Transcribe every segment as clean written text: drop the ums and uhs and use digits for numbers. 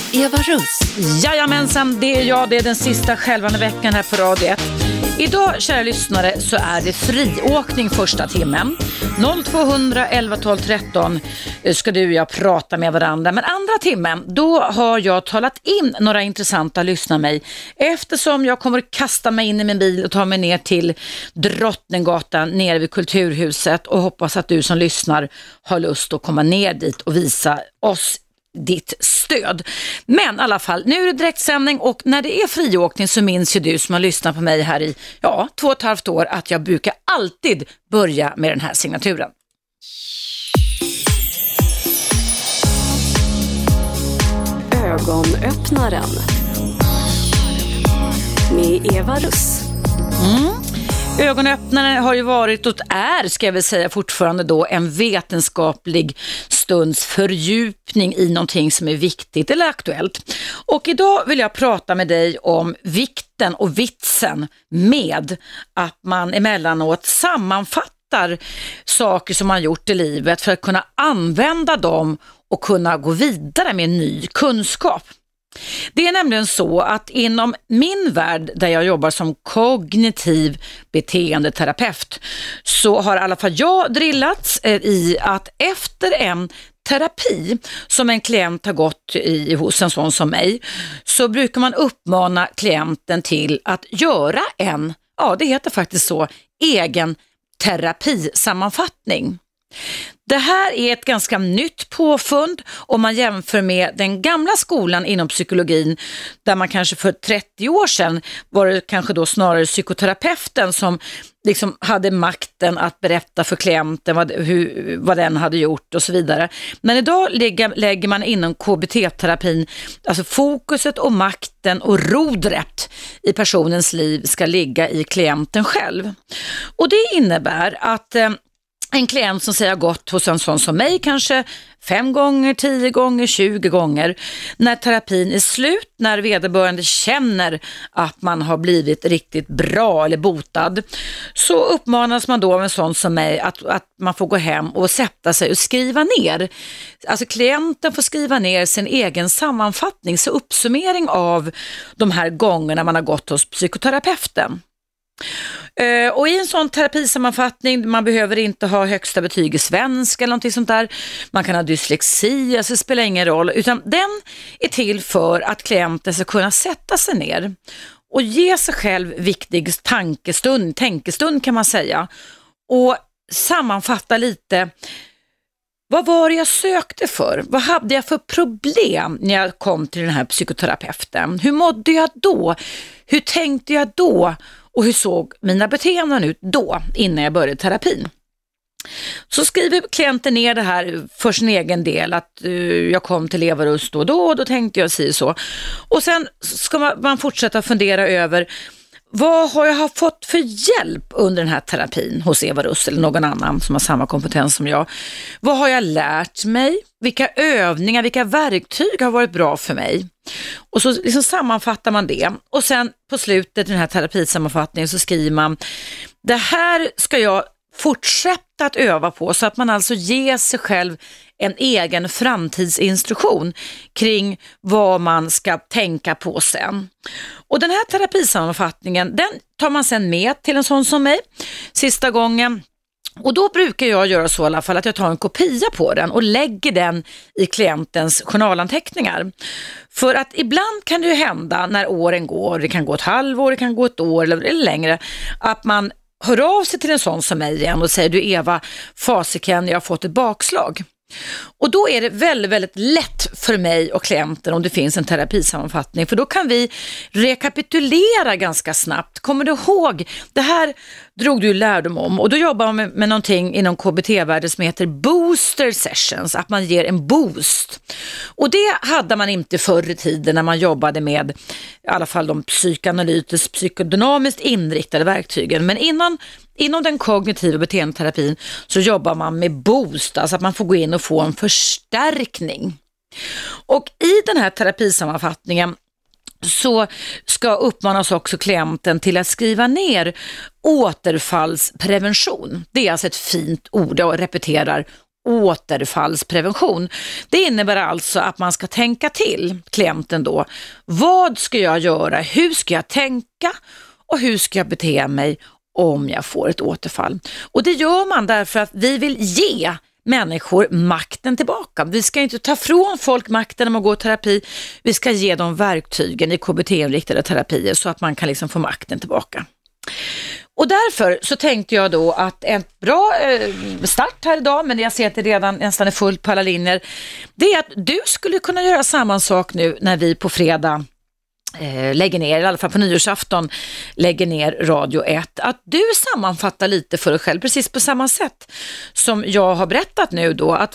Eva Russ. Jajamensan, det är jag. Det är den sista skälvande veckan här på Radio 1. Idag, kära lyssnare, så är det friåkning första timmen. 0200 11 12 13 ska du och jag prata med varandra. Men andra timmen, då har jag talat in några intressanta lyssna mig. Eftersom jag kommer kasta mig in i min bil och ta mig ner till Drottninggatan nere vid Kulturhuset. Och hoppas att du som lyssnar har lust att komma ner dit och visa oss ditt stöd. Men i alla fall, nu är det direktsändning och när det är friåkning så minns ju du som har lyssnat på mig här i 2,5 år att jag brukar alltid börja med den här signaturen. Ögonöppnaren med Eva Russ. Ögonöppnaren har ju varit och är, ska jag väl säga fortfarande då, en vetenskaplig stunds fördjupning i någonting som är viktigt eller aktuellt. Och idag vill jag prata med dig om vikten och vitsen med att man emellanåt sammanfattar saker som man gjort i livet för att kunna använda dem och kunna gå vidare med ny kunskap. Det är nämligen så att inom min värld där jag jobbar som kognitiv beteendeterapeut så har i alla fall jag drillats i att efter en terapi som en klient har gått i hos en sån som mig så brukar man uppmana klienten till att göra en, det heter faktiskt så, egen terapisammanfattning. Det här är ett ganska nytt påfund om man jämför med den gamla skolan inom psykologin där man kanske för 30 år sedan var det kanske då snarare psykoterapeuten som liksom hade makten att berätta för klienten vad den hade gjort och så vidare. Men idag lägger man inom KBT-terapin, alltså fokuset och makten och rodret i personens liv ska ligga i klienten själv. Och det innebär att en klient som säger gått hos en sån som mig kanske 5 gånger, 10 gånger, 20 gånger. När terapin är slut, när vederbörande känner att man har blivit riktigt bra eller botad, så uppmanas man då av en sån som mig att man får gå hem och sätta sig och skriva ner. Alltså klienten får skriva ner sin egen sammanfattning, så uppsummering av de här gångerna man har gått hos psykoterapeuten. Och i en sån terapisammanfattning, man behöver inte ha högsta betyg i svenska eller någonting sånt där, man kan ha dyslexi, alltså det spelar ingen roll, utan den är till för att klienten ska kunna sätta sig ner och ge sig själv viktig tänkestund kan man säga, och sammanfatta lite. Vad var det jag sökte för? Vad hade jag för problem när jag kom till den här psykoterapeuten? Hur mådde jag då? Hur tänkte jag då? Och hur såg mina beteenden ut då innan jag började terapin? Så skriver klienten ner det här för sin egen del, att jag kom till Eva Russ då tänkte jag så. Och sen ska man fortsätta fundera över vad har jag fått för hjälp under den här terapin hos Eva Russ eller någon annan som har samma kompetens som jag. Vad har jag lärt mig? Vilka övningar, vilka verktyg har varit bra för mig? Och så liksom sammanfattar man det. Och sen på slutet i den här terapisammanfattningen så skriver man: det här ska jag fortsätta att öva på, så att man alltså ger sig själv en egen framtidsinstruktion kring vad man ska tänka på sen. Och den här terapisammanfattningen, den tar man sen med till en sån som mig sista gången. Och då brukar jag göra så i alla fall att jag tar en kopia på den och lägger den i klientens journalanteckningar. För att ibland kan det ju hända när åren går, det kan gå ett halvår, det kan gå ett år eller längre, att man hör av sig till en sån som mig igen och säger: du Eva, fasiken, jag har fått ett bakslag. Och då är det väldigt, väldigt lätt för mig och klienten om det finns en terapisammanfattning, för då kan vi rekapitulera ganska snabbt. Kommer du ihåg, det här drog du lärdom om, och då jobbar man med någonting inom KBT-världen som heter booster sessions, att man ger en boost. Och det hade man inte förr i tiden när man jobbade med i alla fall de psykoanalytiskt, psykodynamiskt inriktade verktygen. Men inom den kognitiva beteendeterapin så jobbar man med boost, alltså att man får gå in och få en förstärkning. Och i den här terapisammanfattningen så ska uppmanas också klienten till att skriva ner återfallsprevention. Det är alltså ett fint ord, jag repeterar, återfallsprevention. Det innebär alltså att man ska tänka till klienten då. Vad ska jag göra? Hur ska jag tänka? Och hur ska jag bete mig om jag får ett återfall? Och det gör man därför att vi vill ge människor makten tillbaka. Vi ska inte ta från folk makten när man går i terapi. Vi ska ge dem verktygen i KBT-inriktade terapier så att man kan liksom få makten tillbaka. Och därför så tänkte jag då att en bra start här idag, men jag ser att det redan nästan är fullt på alla linjer, det är att du skulle kunna göra samma sak nu när vi på fredag lägger ner, i alla fall på nyårsafton lägger ner Radio 1, att du sammanfattar lite för dig själv precis på samma sätt som jag har berättat nu då, att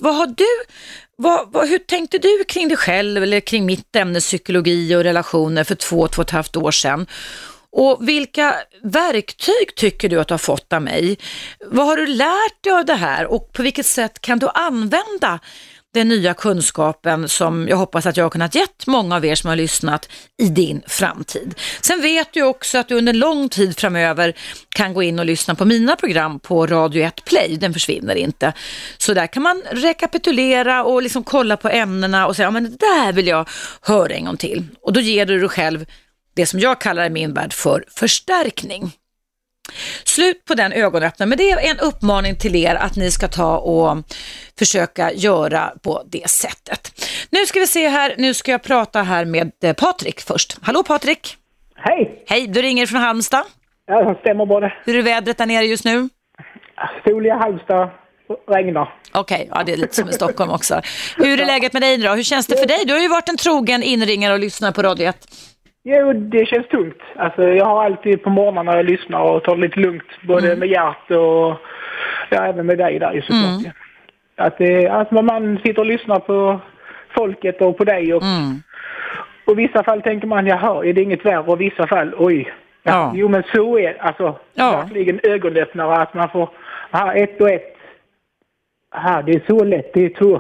hur tänkte du kring dig själv eller kring mitt ämne psykologi och relationer för 2,5 år sedan? Och vilka verktyg tycker du att du har fått av mig? Vad har du lärt dig av det här och på vilket sätt kan du använda den nya kunskapen som jag hoppas att jag har kunnat gett många av er som har lyssnat i din framtid. Sen vet du också att du under lång tid framöver kan gå in och lyssna på mina program på Radio 1 Play. Den försvinner inte. Så där kan man rekapitulera och liksom kolla på ämnena och säga, ja, men det där vill jag höra en gång till. Och då ger du dig själv det som jag kallar i min värld för förstärkning. Slut på den ögonöppnaren, men det är en uppmaning till er att ni ska ta och försöka göra på det sättet. Nu ska vi se här, nu ska jag prata här med Patrik först. Hallå Patrik! Hej! Hej, du ringer från Halmstad. Ja, det stämmer både. Hur är vädret där nere just nu? Soliga Halmstad, regnar. Okej, ja, det är lite som i Stockholm också. Hur är läget med dig då? Hur känns det för dig? Du har ju varit en trogen inringare och lyssnat på Radio 1. Jo, det känns tungt. Alltså, jag har alltid på morgonen när jag lyssnar och tar det lite lugnt. Både med Gert och även med dig där såklart. Att man sitter och lyssnar på folket och på dig. Och i vissa fall tänker man, jaha, är det inget värre? Och i vissa fall, oj. Ja. Jo, men så är alltså verkligen ögonöppnare att man får, ett och ett. Aha, det är så lätt, det är två.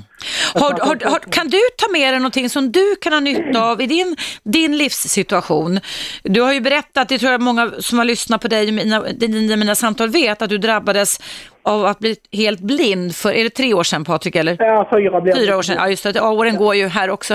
Kan du ta med dig någonting som du kan ha nytta av i din livssituation? Du har ju berättat, det tror jag många som har lyssnat på dig i mina samtal vet, att du drabbades av att bli helt blind för, är det 3 år sedan Patrik eller? Ja, 4 år sedan, ja just det, åren går ju här också.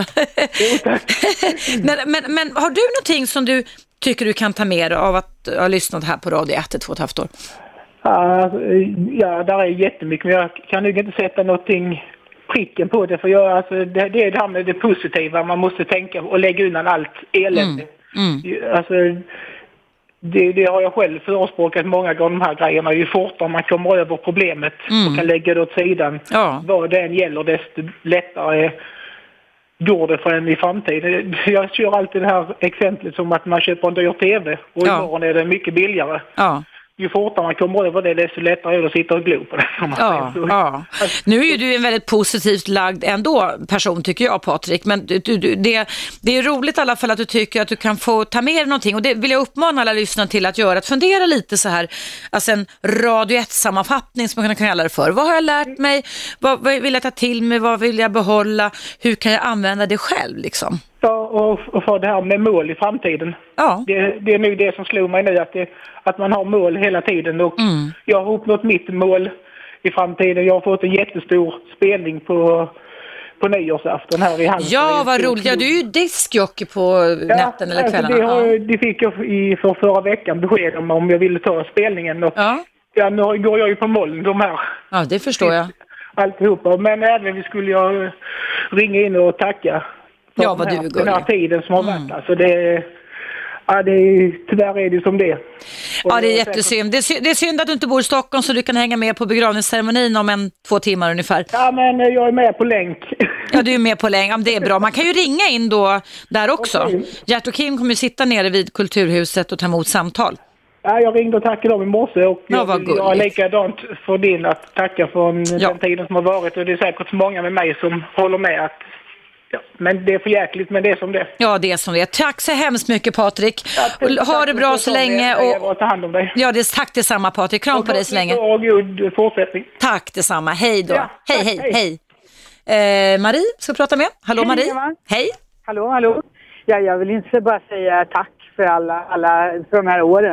men har du någonting som du tycker du kan ta med dig av att ha lyssnat här på Radio 1 i 2,5 år? Ja, där är jättemycket, men jag kan nog inte sätta någonting pricken på det, för det är det här med det positiva, man måste tänka och lägga undan allt elände. Alltså, det har jag själv förespråkat många gånger, de här grejerna. Ju fortare man kommer över problemet och kan lägga det åt sidan, vad det än gäller, desto lättare går det för en i framtiden. Jag kör alltid det här exemplet som att man köper en dyr tv och imorgon är det mycket billigare. Ju fortare man kommer över det, desto lättare är det att sitta och glo på det. Nu är ju du en väldigt positivt lagd ändå person, tycker jag, Patrik. Men det är roligt i alla fall att du tycker att du kan få ta med dig någonting. Och det vill jag uppmana alla lyssnare till att göra. Att fundera lite så här. Alltså en Radio 1-sammanfattning som man kan kalla det för. Vad har jag lärt mig? Vad vill jag ta till mig? Vad vill jag behålla? Hur kan jag använda det själv liksom? Och för det här med mål i framtiden. Ja. Det är nu det som slår mig nu, att man har mål hela tiden. Och jag har uppnått mitt mål i framtiden. Jag har fått en jättestor spelning på nyårsafton här i Halmstad. Ja, vad roligt. Ja, du är ju diskjockey på natten eller kvällarna. Det fick jag för förra veckan besked om jag ville ta spelningen. Och nu går jag ju på moln de här. Ja, det förstår jag. Alltihopa. Men även skulle jag ringa in och tacka. Ja, vad du är den här tiden som har varit. Alltså tyvärr är det som det. Ja, det är jättesynd. Det är synd att du inte bor i Stockholm så du kan hänga med på begravningsceremonin om 2 timmar ungefär. Ja, men jag är med på länk. Ja, du är med på länk. Ja, det är bra. Man kan ju ringa in då där också. Okay. Gert och Kim kommer ju sitta nere vid Kulturhuset och ta emot samtal. Ja, jag ringde och tackade dem i morse och jag är likadant för din att tacka för den tiden som har varit. Och det är säkert många med mig som håller med att men det är för jäkligt, men det är som det. Ja, det är som det. Tack så hemskt mycket, Patrik. Ha det bra så länge. Och ta hand om dig. Ja, tack detsamma, Patrik. Kram på dig så länge. Och god fortsättning. Tack detsamma. Hej då. Ja, hej. Marie ska prata med. Hallå Marie. Hej. Hallå. Ja, jag vill inte bara säga tack för alla för de här åren.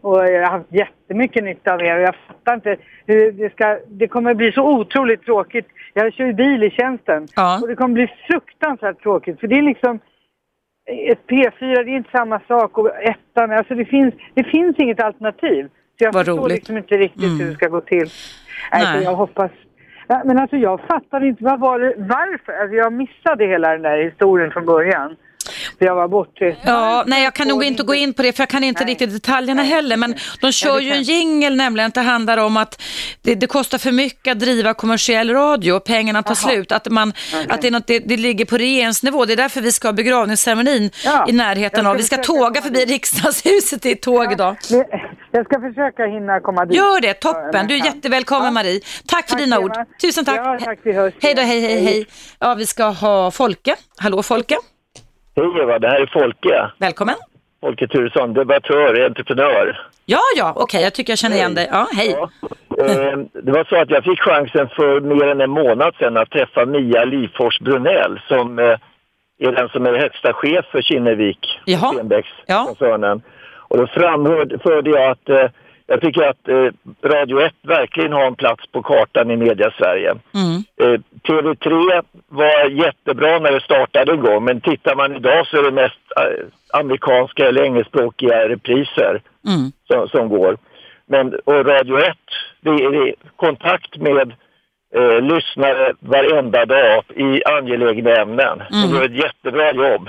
Och jag har haft jättemycket nytta av er. Och jag fattar inte hur det kommer bli så otroligt tråkigt. Jag kör ju bil i tjänsten. Ja. Och det kommer bli fruktansvärt tråkigt. För det är liksom... Ett P4, det är inte samma sak. Och ettan, alltså det finns inget alternativ. Så jag förstår liksom inte riktigt hur det ska gå till. Nej. Jag hoppas... Ja, men alltså jag fattar inte, varför? Alltså jag missade hela den där historien från början. För jag var borta. Ja, nej, jag kan nog inte gå in på det, för jag kan inte riktigt detaljerna heller. Men de kör ju en jingle nämligen, att det handlar om att det kostar för mycket att driva kommersiell radio och pengarna tar slut. Att det ligger på regeringsnivå. Det är därför vi ska ha begravningsceremonin i närheten av. Vi ska tåga förbi riksdagshuset i ett tåg idag. Jag ska försöka hinna komma dit. Gör det, toppen. Du är jättevälkommen, Marie. Tack för dina ord. Tusen tack. Ja, tack, vi hörs. Hej då, hej. Ja, vi ska ha Folke. Hallå, Folke. Hej Eva, det här är Folke. Välkommen. Folke Turesson, debattör, entreprenör. Ja, okej, jag tycker jag känner igen dig. Ja, hej. Ja. Det var så att jag fick chansen för mer än en månad sedan att träffa Mia Livfors Brunell som är den som är högsta chef för Kinnevik, Stenbecks-koncernen. Och då framförde jag att jag tycker att Radio 1 verkligen har en plats på kartan i media-Sverige. TV3 var jättebra när det startade en gång, men tittar man idag så är det mest amerikanska eller engelskspråkiga repriser som går. Och Radio 1, det är kontakt med lyssnare varenda dag i angelägna ämnen. Det är ett jättebra jobb.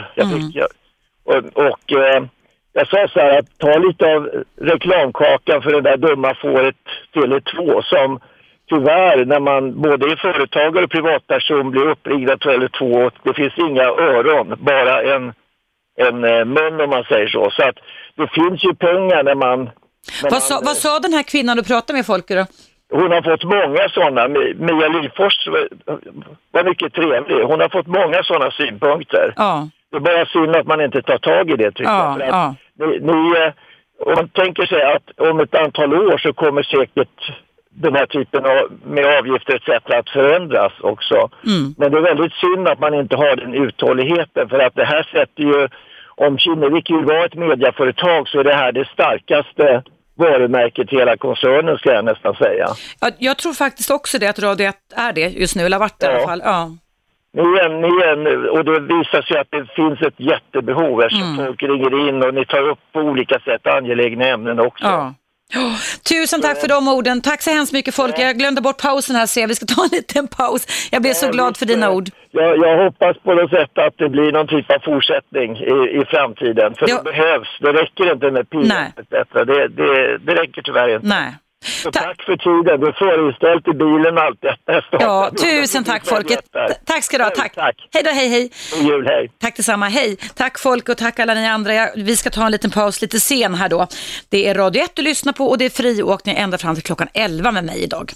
Jag sa så här att ta lite av reklamkakan för det där dumma fåret Tele2 som tyvärr när man både är företagare och privatperson blir uppringd av Tele2. Det finns inga öron, bara en mun om man säger så. Så att det finns ju pengar när man... Vad sa den här kvinnan du pratade med, Folke då? Hon har fått många sådana. Mia Livfors var mycket trevlig. Hon har fått många sådana synpunkter. Ja. Det är bara synd att man inte tar tag i det tycker jag. För att om man tänker sig att om ett antal år så kommer säkert den här typen med avgifter etc. att förändras också. Men det är väldigt synd att man inte har den uthålligheten för att det här sätter ju, om Kinnevik vill vara ett mediaföretag så är det här det starkaste varumärket i hela koncernen ska jag nästan säga. Ja, jag tror faktiskt också det att Radio 1 är det just nu, eller varit det i alla fall. Ja. Och det visar sig att det finns ett jättebehov eftersom folk ringer in och ni tar upp på olika sätt angelägna ämnen också. Ja. Tusen tack för de orden. Tack så hemskt mycket Folke. Jag glömde bort pausen här, så vi ska ta en liten paus. Jag blir så glad för dina ord. Jag hoppas på något sätt att det blir någon typ av fortsättning i framtiden. För det behövs. Det räcker inte med PR. Det räcker tyvärr inte. Nej. Så tack för tiden. Du får inställt i bilen allt detta. Ja, tusen tack Folke. Tack ska du ha. Tack. Hej då, hej. God jul, hej. Tack detsamma, hej. Tack Folke och tack alla ni andra. Vi ska ta en liten paus lite sen här då. Det är Radio 1 du lyssnar på och det är friåkning ända fram till klockan 11 med mig idag.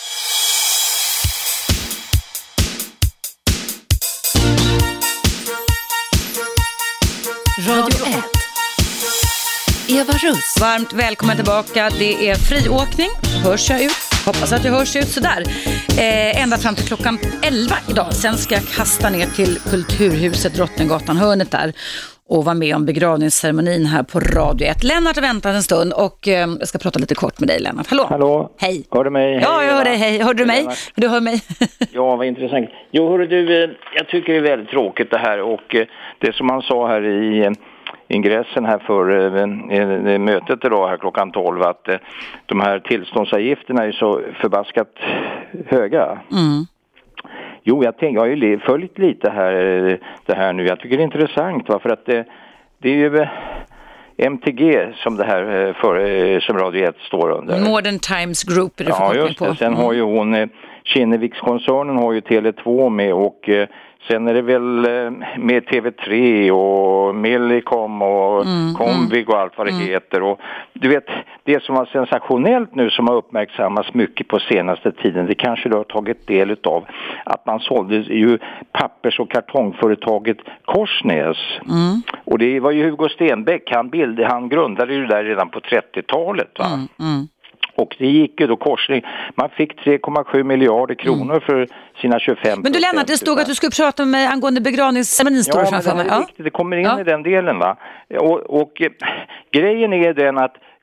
Radio 1. Eva Russ. Varmt välkommen tillbaka. Det är friåkning. Hörs jag ut? Hoppas att jag hörs ut sådär. Ända fram till klockan 11 idag. Sen ska jag kasta ner till Kulturhuset Drottninggatan hörnet där och vara med om begravningsceremonin här på Radio 1. Lennart har väntat en stund och jag ska prata lite kort med dig, Lennart. Hallå. Hej. Hör du mig? Ja, jag hör dig. Hej. Hör du mig? Du hör mig. Ja, vad intressant. Jo, hörru du, jag tycker det är väldigt tråkigt det här och det som han sa här i ingressen här för mötet idag här klockan 12 att de här tillståndsavgifterna är så förbaskat höga. Jo, jag har ju följt lite här det här nu. Jag tycker det är intressant för att det är ju MTG som det här som Radio 1 står under. Modern Times Group är det förkortning på. Ja, just det. Sen har ju hon Kinnevikskoncernen har ju Tele2 med och sen är det väl med TV3 och Millicom och Comvik och allt vad det heter. Och du vet, det som var sensationellt nu som har uppmärksammats mycket på senaste tiden, det kanske du har tagit del av att man sålde ju pappers- och kartongföretaget Korsnäs. Och det var ju Hugo Stenbeck, han grundade ju det där redan på 30-talet va? Och det gick ju då korsning. Man fick 3,7 miljarder kronor för sina 25%. Men du Lennart, det stod att du skulle prata med angående begravningsceremonin. Ja, men det kommer in i den delen va. Och grejen är den att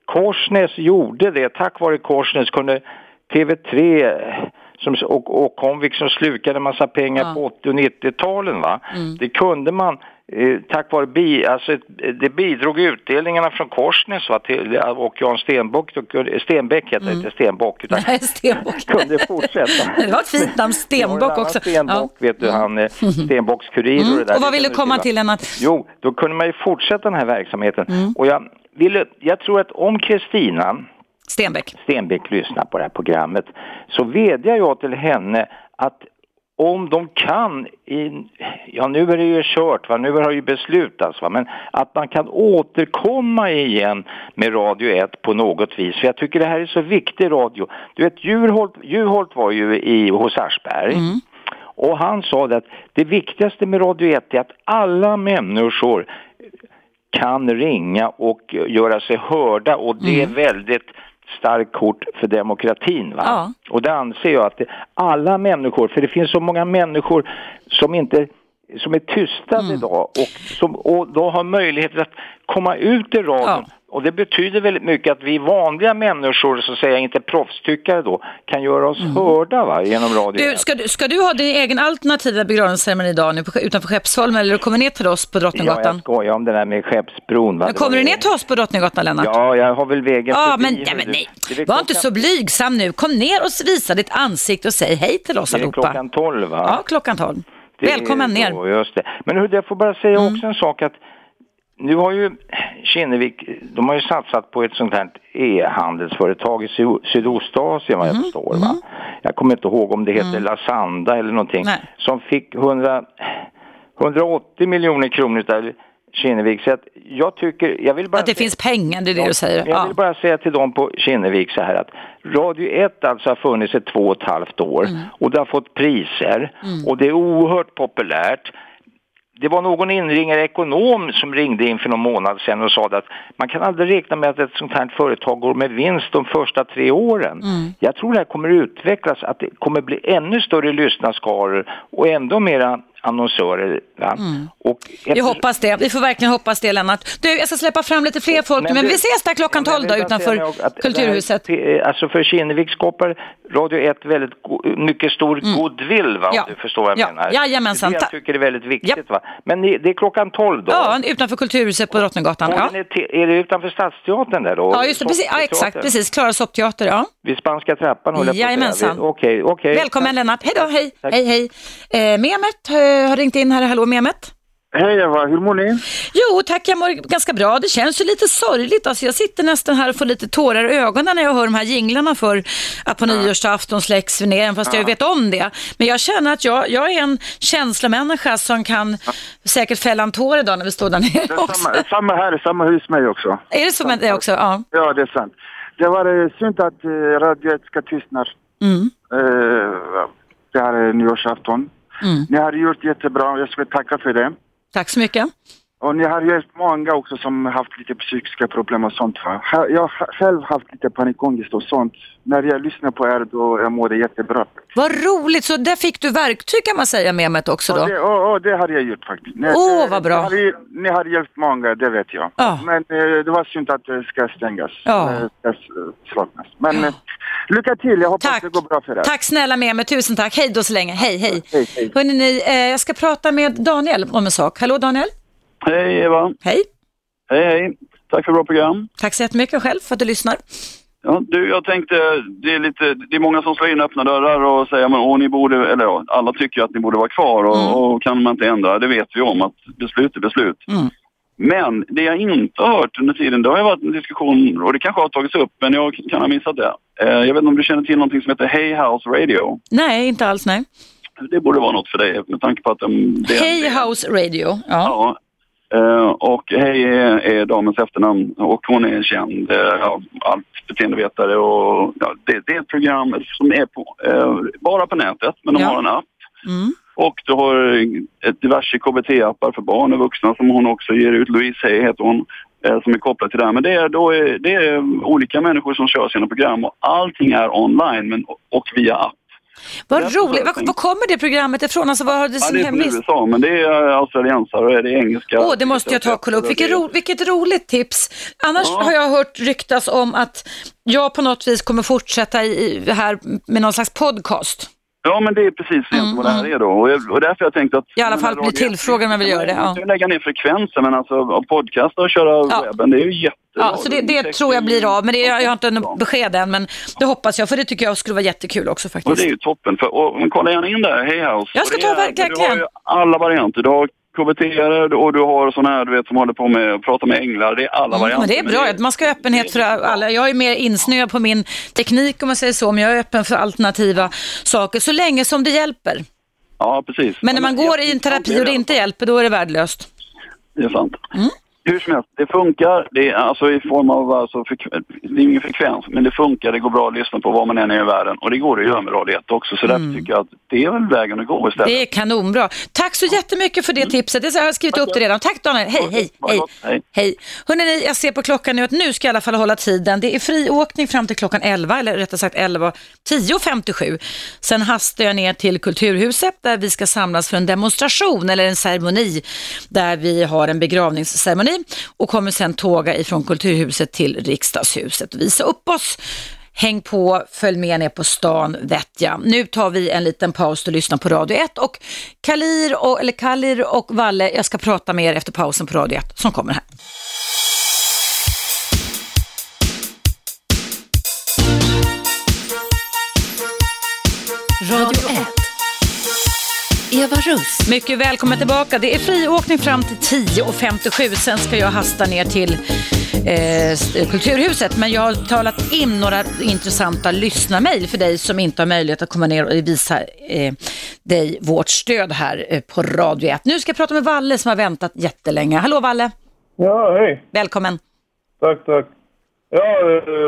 Korsnäs gjorde det. Tack vare Korsnäs kunde TV3 och Comvik som slukade massa pengar på 80- och 90-talen, va? Det kunde man tack vare det bidrog utdelningarna från Korsnäs, va, och Jan Stenbäck heter det inte Stenbock utan Stenbock. Kunde fortsätta. Det var ett fint namn, Stenbock också. Stenbock, vet du, han Stenbocks kurir och det där. Och vad ville komma till en att... Jo, då kunde man ju fortsätta den här verksamheten. Och jag tror att om Kristina Stenbäck lyssnar på det här programmet så vädjar jag till henne att om de kan, nu är det ju kört, va? Nu har det ju beslutats, va? Men att man kan återkomma igen med Radio 1 på något vis. För jag tycker det här är så viktig radio. Du vet, Juholt var ju hos Aschberg. Och han sa att det viktigaste med Radio 1 är att alla människor kan ringa och göra sig hörda. Och det är väldigt starkt kort för demokratin, va? Ja. Och det anser jag att alla människor, för det finns så många människor som är tystade idag och då har möjlighet att komma ut i radion. Ja. Och det betyder väldigt mycket att vi vanliga människor, så att säga inte proffstyckare då, kan göra oss hörda, va, genom radio. Ska du ha din egen alternativa begravningsceremoni idag nu utanför Skeppsholmen, eller du kommer ner till oss på Drottninggatan? Ja, jag skojar om det där med Skeppsbron, va? Men kommer du ner till oss på Drottninggatan, Lennart? Ja, jag har väl vägen förbi. Men nej. Var inte så blygsam nu. Kom ner och visa ditt ansikte och säg hej till oss allihopa. Det är klockan 12, va? Ja, klockan 12. Välkommen ner. Då, just det. Men jag får bara säga också en sak, att nu har ju Kinnevik, de har ju satsat på ett sånt här e-handelsföretag i Sydostasien, vad jag förstår, va? Jag kommer inte ihåg om det heter Lasanda eller någonting. Nej. Som fick 180 miljoner kronor där Kinnevik. Så att jag vill bara att det finns pengar, det är det du säger. Jag vill bara säga till dem på Kinnevik så här att Radio 1 alltså har funnits i 2,5 år och det har fått priser och det är oerhört populärt. Det var någon inringare ekonom som ringde in för någon månad sedan och sa att man kan aldrig räkna med att ett sånt här företag går med vinst de första 3 åren. Jag tror det här kommer utvecklas, att det kommer bli ännu större lyssnarskaror och ändå mera annonsörer. Vi hoppas det. Vi får verkligen hoppas det, Lennart. Jag ska släppa fram lite fler folk, men vi ses där klockan 12 då, utanför Kulturhuset. Alltså för Kinnevik skapar Radio 1 väldigt mycket stor goodwill, va? Du förstår vad jag menar. Jajamensan. Jag tycker det är väldigt viktigt, va? Men det är klockan 12 då? Ja, utanför Kulturhuset på Drottninggatan. Är det utanför Stadsteatern där då? Ja, just det. Precis. Ja, exakt. Precis. Klara soppteater, ja. Vid Spanska trappan håller jag på att säga. Okej. Välkommen, Lennart. Hej då, hej. Mehmet har ringt in här. Hallå, Mehmet. Hej Eva, hur mår ni? Jo tack, jag mår ganska bra. Det känns ju lite sorgligt. Alltså, jag sitter nästan här och får lite tårar i ögonen när jag hör de här jinglarna för att på nyårsafton släcks Veneren, fast jag vet om det. Men jag känner att jag är en känslomänniska som kan säkert fälla en tår idag när vi står där nere också. Samma här, samma hus med också. Är det så med det också? Ja. Ja, det är sant. Det var synd att Radio 1 ska tystna. Det här är nyårsafton. Ni har gjort jättebra, jag skulle tacka för det. Tack så mycket. Och ni har ju många också som haft lite psykiska problem och sånt. Jag har själv haft lite panikångest och sånt. När jag lyssnar på er då jag mår det jättebra. Vad roligt, så där fick du verktyg kan man säga med mig också då? Det har jag gjort faktiskt. Vad bra. Ni har hjälpt många, det vet jag. Men det var synd att det ska stängas. Slocknas. Men lycka till, jag hoppas det går bra för er. Tack snälla med mig, tusen tack. Hej då så länge, hej. Hörrni, jag ska prata med Daniel om en sak. Hallå Daniel? Hej Eva. Hej. Hej. Tack för bra program. Tack så jättemycket själv för att du lyssnar. Ja, jag tänkte, det är många som slår in öppna dörrar och säger ni borde, eller alla tycker att ni borde vara kvar och kan man inte ändra, det vet vi om att beslut är beslut. Men det jag inte har hört under tiden, det har ju varit en diskussion, och det kanske har tagits upp, men jag kan ha missat det. Jag vet inte om du känner till någonting som heter Hey House Radio? Nej, inte alls, nej. Det borde vara något för dig med tanke på att Hey House Radio, ja. Och Hej är damens efternamn och hon är känd allt beteendevetare och det är ett program som är bara på nätet, men de har en app. Och du har ett diverse KBT-appar för barn och vuxna som hon också ger ut. Louise Hey heter hon, som är kopplad till det här. Men det är olika människor som kör sina program och allting är online och via app. Vad roligt. Var kommer det programmet ifrån? Alltså, vad har det sin hemvist? Det är USA, men det är australiensare och det är engelska. Det måste jag ta och kolla upp. Vilket roligt tips. Annars har jag hört ryktas om att jag på något vis kommer fortsätta här med någon slags podcast. Ja, men det är precis vad det här är då. Och därför jag tänkte att... I alla fall blir tillfrågan om jag vill göra det. Ja. Jag lägga ner frekvensen, men alltså podcasta och köra webben, det är ju jättebra. Ja, så det tror jag blir av. Men jag har inte något besked än, men det hoppas jag. För det tycker jag skulle vara jättekul också faktiskt. Och det är ju toppen. Men kolla gärna in där, Hey House. Jag ska ta verkligen. Du har ju alla varianter. Du har KBT och du har sådana här, du vet, som håller på med att prata med änglar. Det är alla varianter. Men det är bra, man ska ha öppenhet för alla. Jag är mer insnöad på min teknik om man säger så, men jag är öppen för alternativa saker så länge som det hjälper. Ja, precis. Men när man går i en terapi och det inte hjälper, då är det värdelöst. Det är sant. Hur som helst, det funkar. Det är alltså i form av, det är ingen frekvens, men det funkar. Det går bra att lyssna på vad man än är i världen. Och det går att göra med Radio 1 också. Så därför tycker jag att det är väl vägen att gå istället. Det är kanonbra. Tack så jättemycket för det tipset. Det har jag skrivit upp det redan. Tack Daniel. Hej. Hörrni, jag ser på klockan nu att nu ska jag i alla fall hålla tiden. Det är friåkning fram till klockan 11, eller rättare sagt 10:57. Sen hastar jag ner till Kulturhuset där vi ska samlas för en demonstration eller en ceremoni där vi har en begravningsceremoni. Och kommer sen tåga ifrån Kulturhuset till Riksdagshuset. Visa upp oss, häng på, följ med ner på stan, vet jag. Nu tar vi en liten paus och lyssnar på Radio 1. Och Kalir och Valle, jag ska prata med er efter pausen på Radio 1 som kommer här. Radio 1. Eva Russ. Mycket välkommen tillbaka. Det är friåkning fram till 10:57. Sen ska jag hasta ner till Kulturhuset. Men jag har talat in några intressanta lyssnarmail för dig som inte har möjlighet att komma ner och visa dig vårt stöd här på Radio 1. Nu ska jag prata med Valle som har väntat jättelänge. Hallå Valle. Ja, hej. Välkommen. Tack. Ja,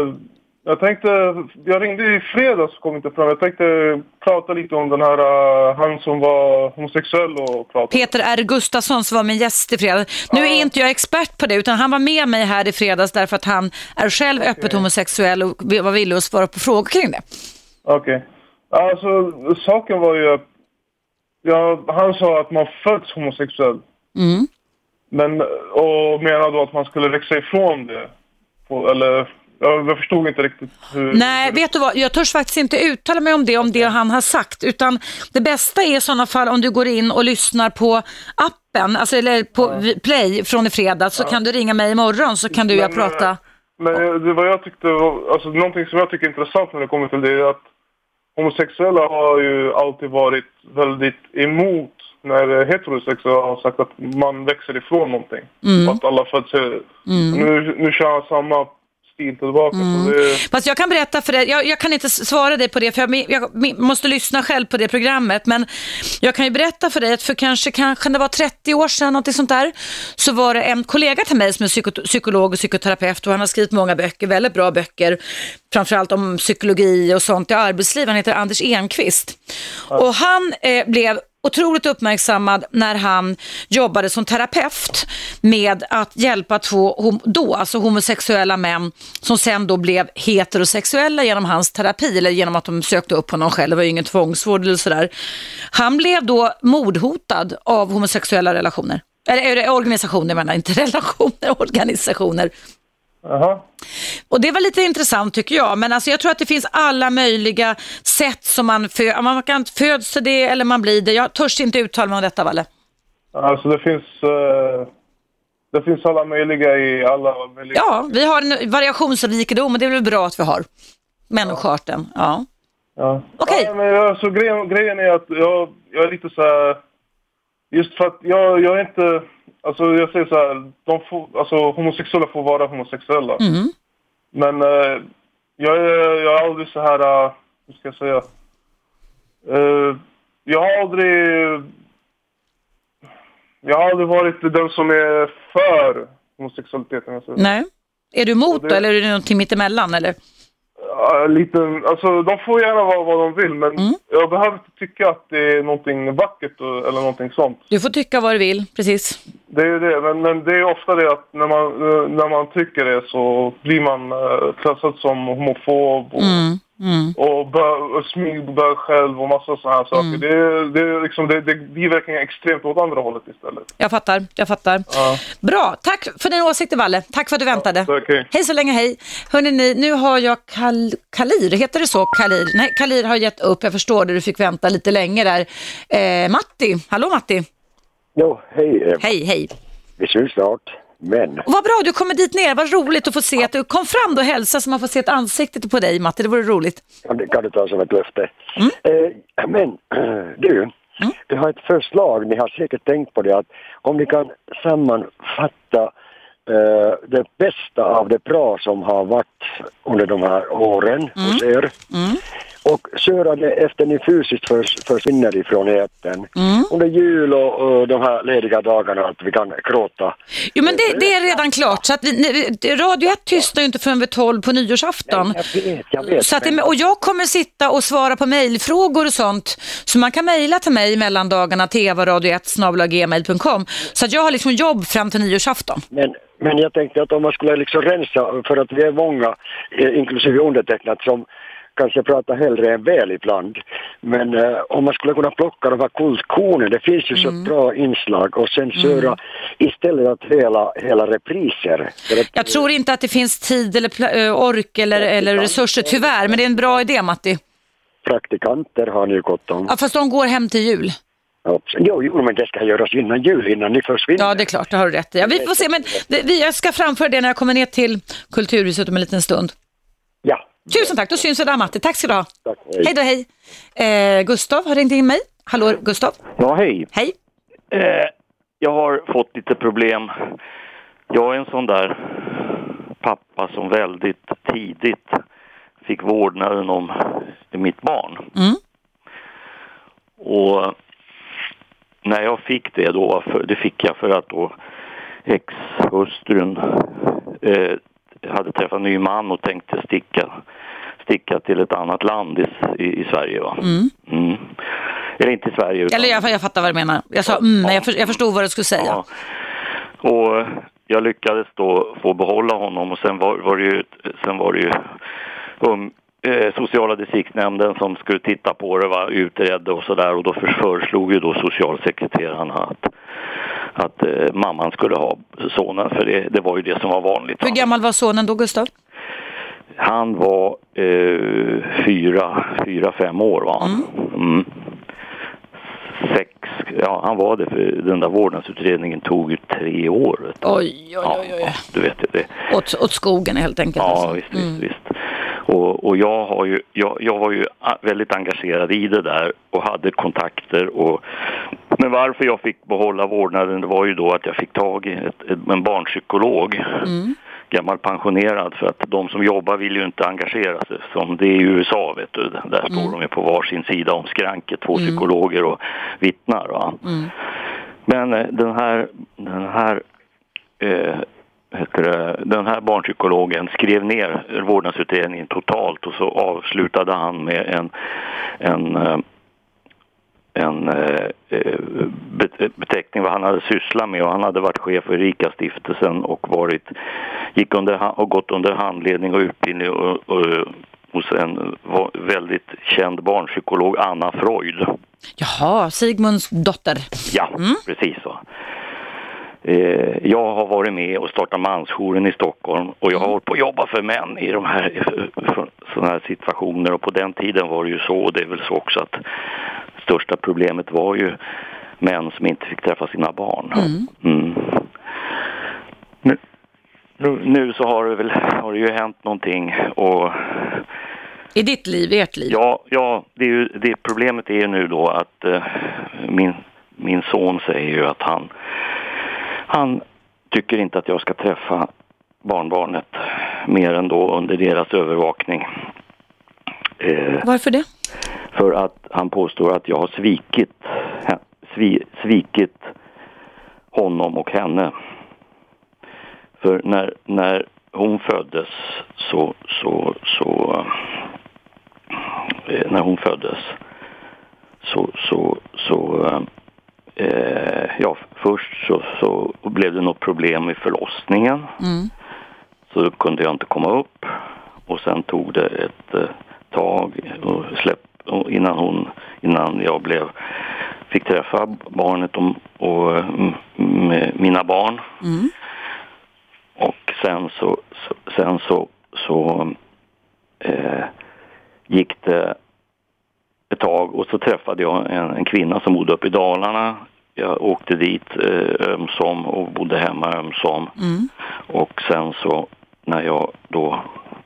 jag ringde i fredags och kom inte fram. Jag tänkte prata lite om den här, han som var homosexuell och prata. Peter R. Gustafsson som var min gäst i fredags. Nu är inte jag expert på det, utan han var med mig här i fredags därför att han är själv öppet homosexuell och var villig att svara på frågor kring det. Okej. Alltså, saken var ju att han sa att man föds homosexuell. Och menade då att man skulle växa ifrån det. Jag förstod inte riktigt hur... Nej, vet du vad? Jag törs faktiskt inte uttala mig om det han har sagt. Utan det bästa är i sådana fall om du går in och lyssnar på appen, alltså, eller på Play från i fredag, så kan du ringa mig imorgon så kan jag prata. Men det var jag tyckte var, alltså någonting som jag tycker är intressant när det kommer till det är att homosexuella har ju alltid varit väldigt emot när heterosexuella har sagt att man växer ifrån någonting. Att alla föds. Nu kör jag samma tillbaka. Fast jag kan berätta för dig, jag kan inte svara dig på det för jag måste lyssna själv på det programmet, men jag kan ju berätta för dig att för kanske det var 30 år sedan något sånt där, så var det en kollega till mig som är psykolog och psykoterapeut och han har skrivit många böcker, väldigt bra böcker, framförallt om psykologi och sånt i arbetsliv. Han heter Anders Enqvist och han blev otroligt uppmärksammad när han jobbade som terapeut med att hjälpa alltså homosexuella män som sen då blev heterosexuella genom hans terapi eller genom att de sökte upp honom själv. Det var ju ingen tvångsvård eller sådär. Han blev då mordhotad av homosexuella relationer. Eller organisationer, menar inte relationer, organisationer. Och det var lite intressant tycker jag. Men alltså jag tror att det finns alla möjliga sätt som man kan födas till det eller man blir det. Jag törs inte uttala mig om detta, Valle. Alltså det finns alla möjliga i alla möjliga... Ja, vi har en variationsrikedom och det är väl bra att vi har. Människoarten, ja. Okej. Ja, men alltså, grejen är att jag är lite så här... Just för att jag är inte... Alltså jag säger så här, homosexuella får vara homosexuella. Men jag är aldrig så här, hur ska jag säga? Jag har aldrig varit den som är för homosexualiteten. Nej. Är du emot då, eller är det någonting mittemellan eller? Lite, alltså de får gärna vara vad de vill, men jag behöver inte tycka att det är någonting vackert eller någonting sånt. Du får tycka vad du vill, precis. Det är ju det, men det är ofta det att när man tycker det så blir man klassad som homofob och och smygbär själv och massa sådana här saker. Det blir verkligen extremt åt andra hållet istället. Jag fattar. Ja. Bra, tack för din åsikt, Valle. Tack för att du väntade. Ja, okay. Hej så länge, hej. Hörrni, nu har jag Kalir, heter det så? Kalir har gett upp, jag förstår det, du fick vänta lite länge där. Matti, hallå Matti. Jo, hej. Hej. Vi syns snart, men... Vad bra, du kommer dit ner, vad roligt att få se att du kom fram och hälsa så man får se ett ansikte på dig, Matti, det vore roligt. Kan du ta som ett löfte. Men du, du har ett förslag, ni har säkert tänkt på det, att om ni kan sammanfatta det bästa av det bra som har varit under de här åren hos er. Och köra det efter ni fysiskt försvinner ifrån äten. Under jul och de här lediga dagarna att vi kan gråta. Jo, men det är redan klart. Så att Radio 1 tystnar ju inte förrän vid 12 på nyårsafton. Jag vet. Så att och jag kommer sitta och svara på mejlfrågor och sånt. Så man kan mejla till mig mellan dagarna till evaradio1@gmail.com. Så att jag har liksom jobb fram till nyårsafton. Men jag tänkte att om man skulle liksom rensa, för att vi är många, inklusive undertecknat, som kanske pratar hellre än väl ibland. Men om man skulle kunna plocka de här kultkornen, det finns ju så bra inslag och sen köra istället att hela repriser. Jag tror inte att det finns tid eller ork eller resurser tyvärr, men det är en bra idé, Matti. Praktikanter har ni ju gått om. Ja, fast de går hem till jul. Jo, men det ska göras innan jul, innan ni försvinner. Ja, det är klart, det har du rätt i. Ja, vi får se, men jag ska framföra det när jag kommer ner till Kulturhuset om en liten stund. Ja. Tusen tack, då syns vi där, Matti. Tack ska du ha. Tack, hej. Gustav har ringt in mig. Hallå, Gustav. Ja, hej. Hej. Jag har fått lite problem. Jag är en sån där pappa som väldigt tidigt fick vårdnaden om mitt barn. Och när jag fick det då, det fick jag för att då ex-hustrun hade träffat en ny man och tänkte sticka till ett annat land i Sverige, va? Eller inte i Sverige utan... Eller jag fattar vad du menar. Jag sa jag förstod vad du skulle säga. Ja. Och jag lyckades då få behålla honom och sen var det ju sociala distriktsnämnden som skulle titta på det, var utredde och sådär, och då föreslog ju då socialsekreterarna att mamman skulle ha sonen, för det var ju det som var vanligt. Hur gammal var sonen då, Gustav? Han var 4-5 år var han. 6, ja han var det, för den där vårdnadsutredningen tog ju 3 år. Oj. Ja, du vet det. Åt skogen helt enkelt. Ja, alltså. visst. Och jag var ju väldigt engagerad i det där och hade kontakter. Men varför jag fick behålla vårdnaden, det var ju då att jag fick tag i en barnpsykolog, gammal pensionerad, för att de som jobbar vill ju inte engagera sig, som det är i USA, vet du. Där står de ju på varsin sida om skranket, 2 psykologer och vittnar. Va? Men den här barnpsykologen skrev ner vårdnadsutredningen totalt, och så avslutade han med en beteckning vad han hade sysslat med, och han hade varit chef för Erika-stiftelsen och gått under handledning och utbildning hos en väldigt känd barnpsykolog, Anna Freud. Jaha, Sigmunds dotter. Ja, precis så. Jag har varit med och startat mansjouren i Stockholm, och jag har hållit på att jobba för män i de här sådana här situationer, och på den tiden var det ju så, och det är väl så också, att största problemet var ju män som inte fick träffa sina barn. Nu så har det ju hänt någonting, och i ditt liv, ert liv? Ja, det problemet är ju nu då att min son säger ju att han tycker inte att jag ska träffa barnbarnet mer än då under deras övervakning. Varför det? För att han påstår att jag har svikit honom och henne. För när hon föddes först så blev det något problem med förlossningen. Så då kunde jag inte komma upp, och sen tog det tag och innan jag fick träffa barnet och mina barn. Och sen så gick det ett tag och så träffade jag en kvinna som bodde uppe i Dalarna. Jag åkte dit ömsom och bodde hemma ömsom. Och sen så när jag då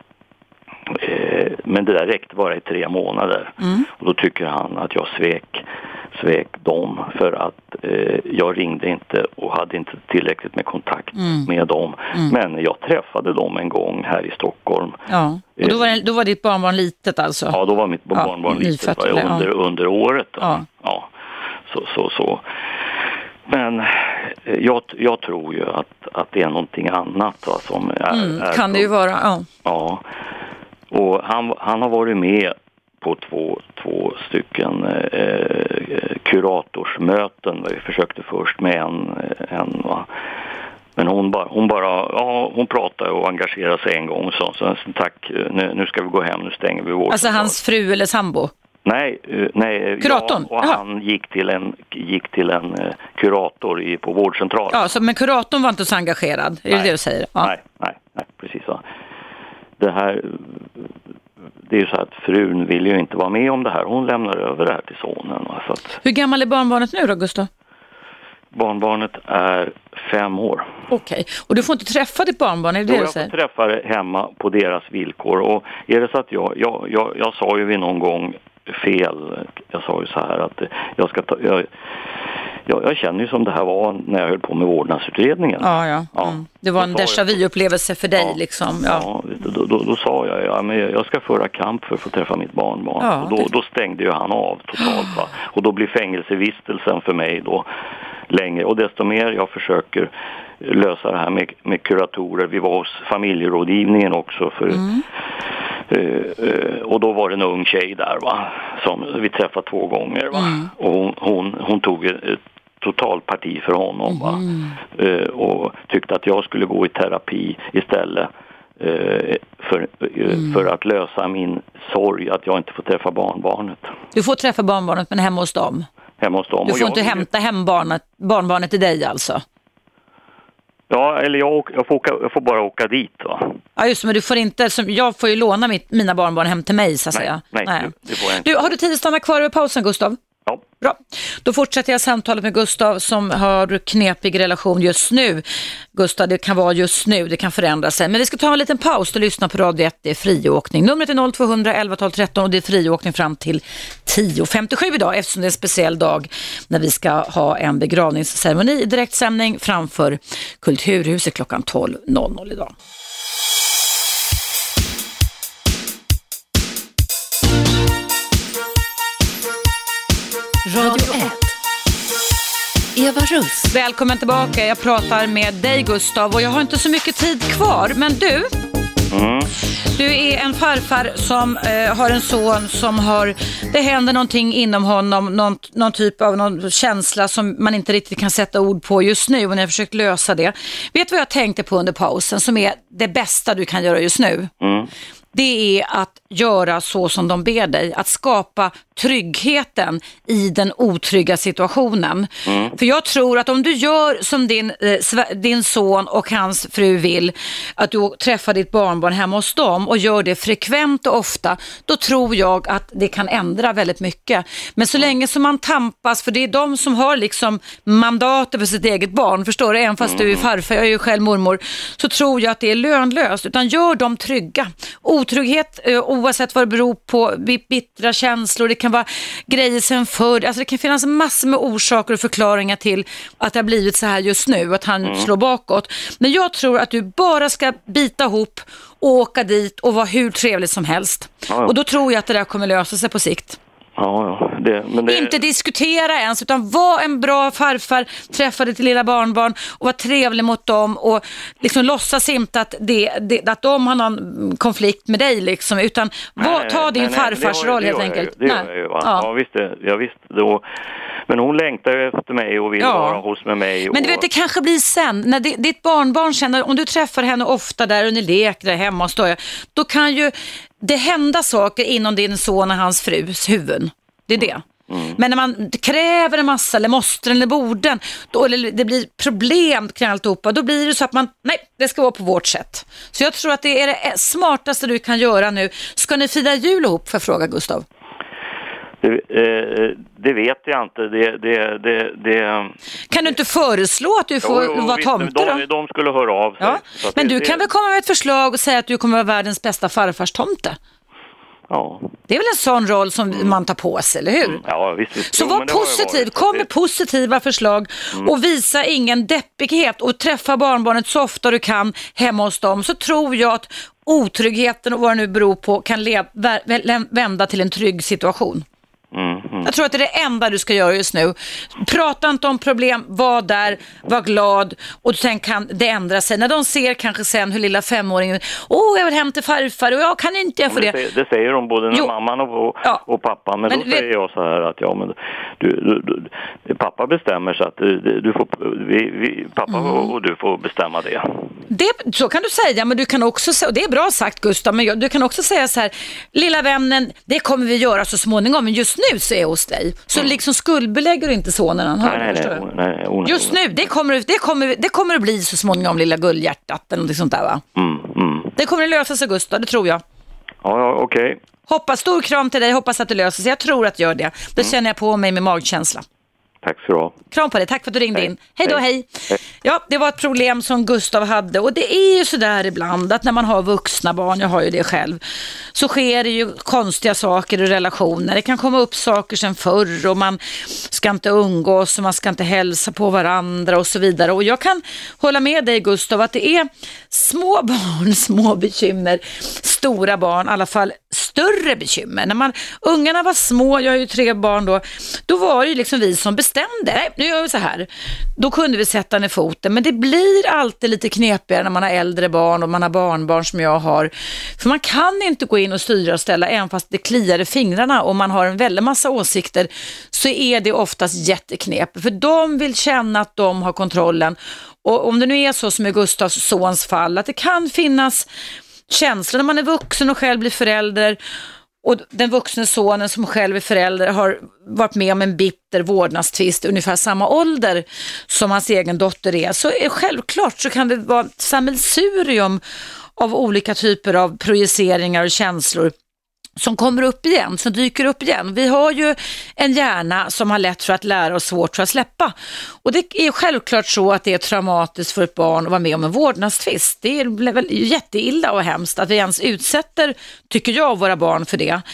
men det där räckte bara i 3 månader. Och då tycker han att jag svek dem för att jag ringde inte och hade inte tillräckligt med kontakt med dem. Men jag träffade dem en gång här i Stockholm. Ja. Och då var ditt barnbarn litet alltså? Ja, då var mitt barnbarn litet under året. Ja. Så. Men jag tror ju att det är någonting annat som är kan det ju vara, ja. Och han har varit med på två stycken kuratorsmöten. Vi försökte först med en va. Men hon pratade och engagerade sig en gång och sa så tack, nu ska vi gå hem, nu stänger vi vårt. Alltså hans fru eller sambo? Nej, kuratorn. Ja, och han gick till en kurator på vårdcentralen. Ja, så men kuratorn var inte så engagerad, är det du säger? Ja. Nej, precis så. Det är ju så att frun vill ju inte vara med om det här. Hon lämnar över det här till sonen. Så att... Hur gammal är barnbarnet nu då, Gustav? Barnbarnet är 5 år. Okej. Och du får inte träffa ditt barnbarn, är det det du säger? Jag får träffa det hemma på deras villkor. Och är det så att jag sa ju vid någon gång fel. Jag sa ju så här att jag ska ta... Jag känner ju som det här var när jag höll på med vårdnadsutredningen. Ja. Det var en déjà vu-upplevelse för dig liksom. Ja, då sa jag men jag ska föra kamp för att få träffa mitt barnbarn. Ja, och då stängde ju han av totalt. Va? Och då blir fängelsevistelsen för mig då längre. Och desto mer jag försöker lösa det här med kuratorer. Vi var hos familjerådgivningen också och då var det en ung tjej där va, som vi träffade 2 gånger va. Och hon tog ett totalt parti för honom va. Och tyckte att jag skulle gå i terapi istället för att lösa min sorg att jag inte får träffa barnbarnet. Du får träffa barnbarnet men hemma hos dem? Hemma hos dem. Du får inte hämta hem barnbarnet till dig alltså? Ja, eller jag får bara åka dit va. Ja just, men du får inte, jag får ju låna mina barnbarn hem till mig så att säga. Nej. Det får jag inte. Du, har du tid att stanna kvar över pausen, Gustav? Ja. Bra. Då fortsätter jag samtalet med Gustav som har knepig relation just nu. Gustav, det kan vara just nu, det kan förändra sig. Men vi ska ta en liten paus och lyssna på Radio 1, det är friåkning. Numret är 0200 11 12 13 och det är friåkning fram till 10.57 idag eftersom det är en speciell dag när vi ska ha en begravningsceremoni i direktsändning framför Kulturhuset klockan 12.00 idag. Radio 1. Eva Russ. Välkommen tillbaka. Jag pratar med dig, Gustav, och jag har inte så mycket tid kvar. Men du, du är en farfar som har en son som det händer någonting inom honom, någon typ av någon känsla som man inte riktigt kan sätta ord på just nu, och ni har försökt lösa det. Vet du vad jag tänkte på under pausen som är det bästa du kan göra just nu? Det är att göra så som de ber dig, att skapa tryggheten i den otrygga situationen. För jag tror att om du gör som din son och hans fru vill, att du träffar ditt barnbarn hemma hos dem och gör det frekvent och ofta, då tror jag att det kan ändra väldigt mycket. Men så länge som man tampas, för det är de som har liksom mandatet för sitt eget barn, förstår du? Även fast du är farfar, jag är ju själv mormor, så tror jag att det är lönlöst, utan gör dem trygga. Otrygghet, oavsett vad det beror på, bittra känslor, det kan vara grejer sen förr, alltså det kan finnas massor med orsaker och förklaringar till att det har blivit så här just nu, att han slår bakåt. Men jag tror att du bara ska bita ihop och åka dit och vara hur trevligt som helst. Ja. Och då tror jag att det där kommer lösa sig på sikt. Ja. Inte diskutera ens, utan var en bra farfar, träffa ditt lilla barnbarn och var trevlig mot dem och liksom låtsas inte att de har någon konflikt med dig liksom, utan ta din farfars roll helt enkelt. Det gör jag ju, va? Ja visst då. Men hon längtar ju efter mig och vill vara hos med mig. Men du vet, det kanske blir sen, när ditt barnbarn känner, om du träffar henne ofta där och ni leker där hemma och står, då kan ju det hända saker inom din son och hans frus huvud. Det är det. Men när man kräver en massa eller måste eller borden, då, eller det blir problem kring alltihopa, då blir det så att nej, det ska vara på vårt sätt. Så jag tror att det är det smartaste du kan göra nu. Ska ni fira jul ihop, för fråga Gustav? Det vet jag inte. Kan du inte föreslå att du får vara tomte då? De skulle höra av sig. Ja. Men du kan väl komma med ett förslag och säga att du kommer vara världens bästa farfars tomte? Ja. Det är väl en sån roll som man tar på sig, eller hur? Ja, visst. Så var positiv, kom med positiva förslag och visa ingen deppighet och träffa barnbarnet så ofta du kan hemma hos dem, så tror jag att otryggheten och vad det nu beror på kan vända till en trygg situation. Jag tror att det är det enda du ska göra just nu. Prata inte om problem, var där, var glad, och sen kan det ändra sig. När de ser kanske sen hur lilla 5-åringen, jag vill hem till farfar och jag kan inte för det. Det säger de både när mamman och pappan, men då säger jag så här att pappa bestämmer, så att du får, pappa och du får bestämma det. Så kan du säga, men du kan också säga, och det är bra sagt Gustav, men du kan också säga så här: lilla vännen, det kommer vi göra så småningom, men just nu så är jag hos dig. Så liksom skuldbelägger du inte sonen han har. Nej, just nu, det kommer att bli så småningom, lilla gullhjärtat eller något sånt där, va? Det kommer att lösa sig, Gustav, det tror jag. Ja, okej. Hoppas, stor kram till dig, hoppas att det löser sig. Jag tror att gör det. Det känner jag på mig med magkänsla. Tack så bra. Kram på dig, tack för att du ringde in. Hej då, hej. Ja, det var ett problem som Gustav hade, och det är ju så där ibland att när man har vuxna barn, jag har ju det själv, så sker det ju konstiga saker i relationer. Det kan komma upp saker sen förr och man ska inte umgås och man ska inte hälsa på varandra och så vidare. Och jag kan hålla med dig, Gustav, att det är små barn, små bekymmer, stora barn, i alla fall större bekymmer. När ungarna var små, jag har ju 3 barn då var det ju liksom vi som bestämde. Nej, nu gör vi så här. Då kunde vi sätta ner foten, men det blir alltid lite knepigare när man har äldre barn och man har barnbarn som jag har. För man kan inte gå in och styra och ställa, även fast det kliar i fingrarna och man har en väldigt massa åsikter, så är det oftast jätteknep. För de vill känna att de har kontrollen. Och om det nu är så som i Gustavs sons fall, att det kan finnas känslor när man är vuxen och själv blir förälder, och den vuxna sonen som själv är förälder har varit med om en bitter vårdnadstvist ungefär samma ålder som hans egen dotter är, så är självklart så kan det vara ett sammelsurium av olika typer av projiceringar och känslor som kommer upp igen, som dyker upp igen. Vi har ju en hjärna som har lätt för att lära och svårt för att släppa. Och det är självklart så att det är traumatiskt för ett barn att vara med om en vårdnadstvist. Det är väl jätteilla och hemskt att vi ens utsätter, tycker jag, våra barn för det.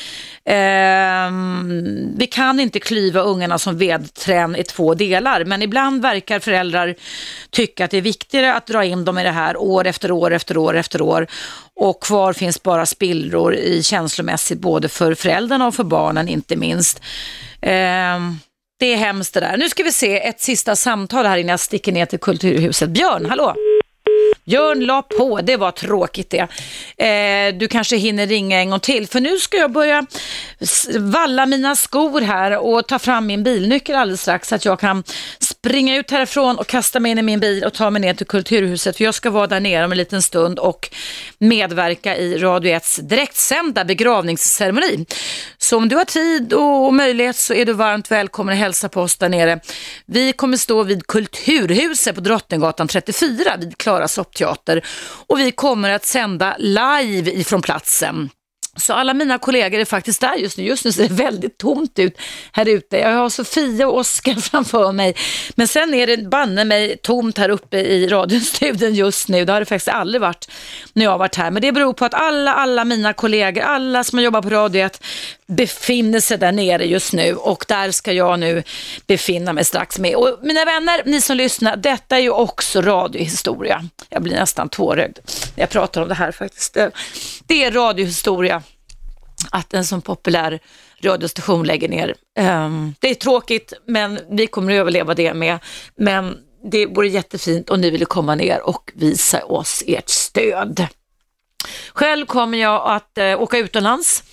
Vi kan inte klyva ungarna som vedträn i 2 delar, men ibland verkar föräldrar tycka att det är viktigare att dra in dem i det här år efter år efter år efter år, och kvar finns bara spillror i känslomässigt både för föräldrarna och för barnen inte minst. Det är hemskt det där. Nu ska vi se ett sista samtal här innan jag sticker ner till Kulturhuset. Björn, hallå? Björn la på, det var tråkigt det. Du kanske hinner ringa en gång till, för nu ska jag börja valla mina skor här och ta fram min bilnyckel alldeles strax, så att jag kan springa ut härifrån och kasta mig in i min bil och ta mig ner till Kulturhuset, för jag ska vara där nere om en liten stund och medverka i Radio 1:s direktsända begravningsceremoni. Så om du har tid och möjlighet så är du varmt välkommen att hälsa på oss där nere. Vi kommer stå vid Kulturhuset på Drottninggatan 34 vid Klara Soppteater, och vi kommer att sända live ifrån platsen. Så alla mina kollegor är faktiskt där just nu. Just nu ser det väldigt tomt ut här ute. Jag har Sofia och Oskar framför mig. Men sen är det banne mig tomt här uppe i radiostudion just nu. Det har det faktiskt aldrig varit när jag har varit här. Men det beror på att alla mina kollegor, alla som jobbar på Radio 1 befinner sig där nere just nu. Och där ska jag nu befinna mig strax med. Och mina vänner, ni som lyssnar, detta är ju också radiohistoria. Jag blir nästan tårögd när jag pratar om det här faktiskt. Det är radiohistoria att en sån populär radiostation lägger ner. Det är tråkigt, men vi kommer att överleva det med. Men det vore jättefint om ni ville komma ner och visa oss ert stöd. Själv kommer jag att åka utomlands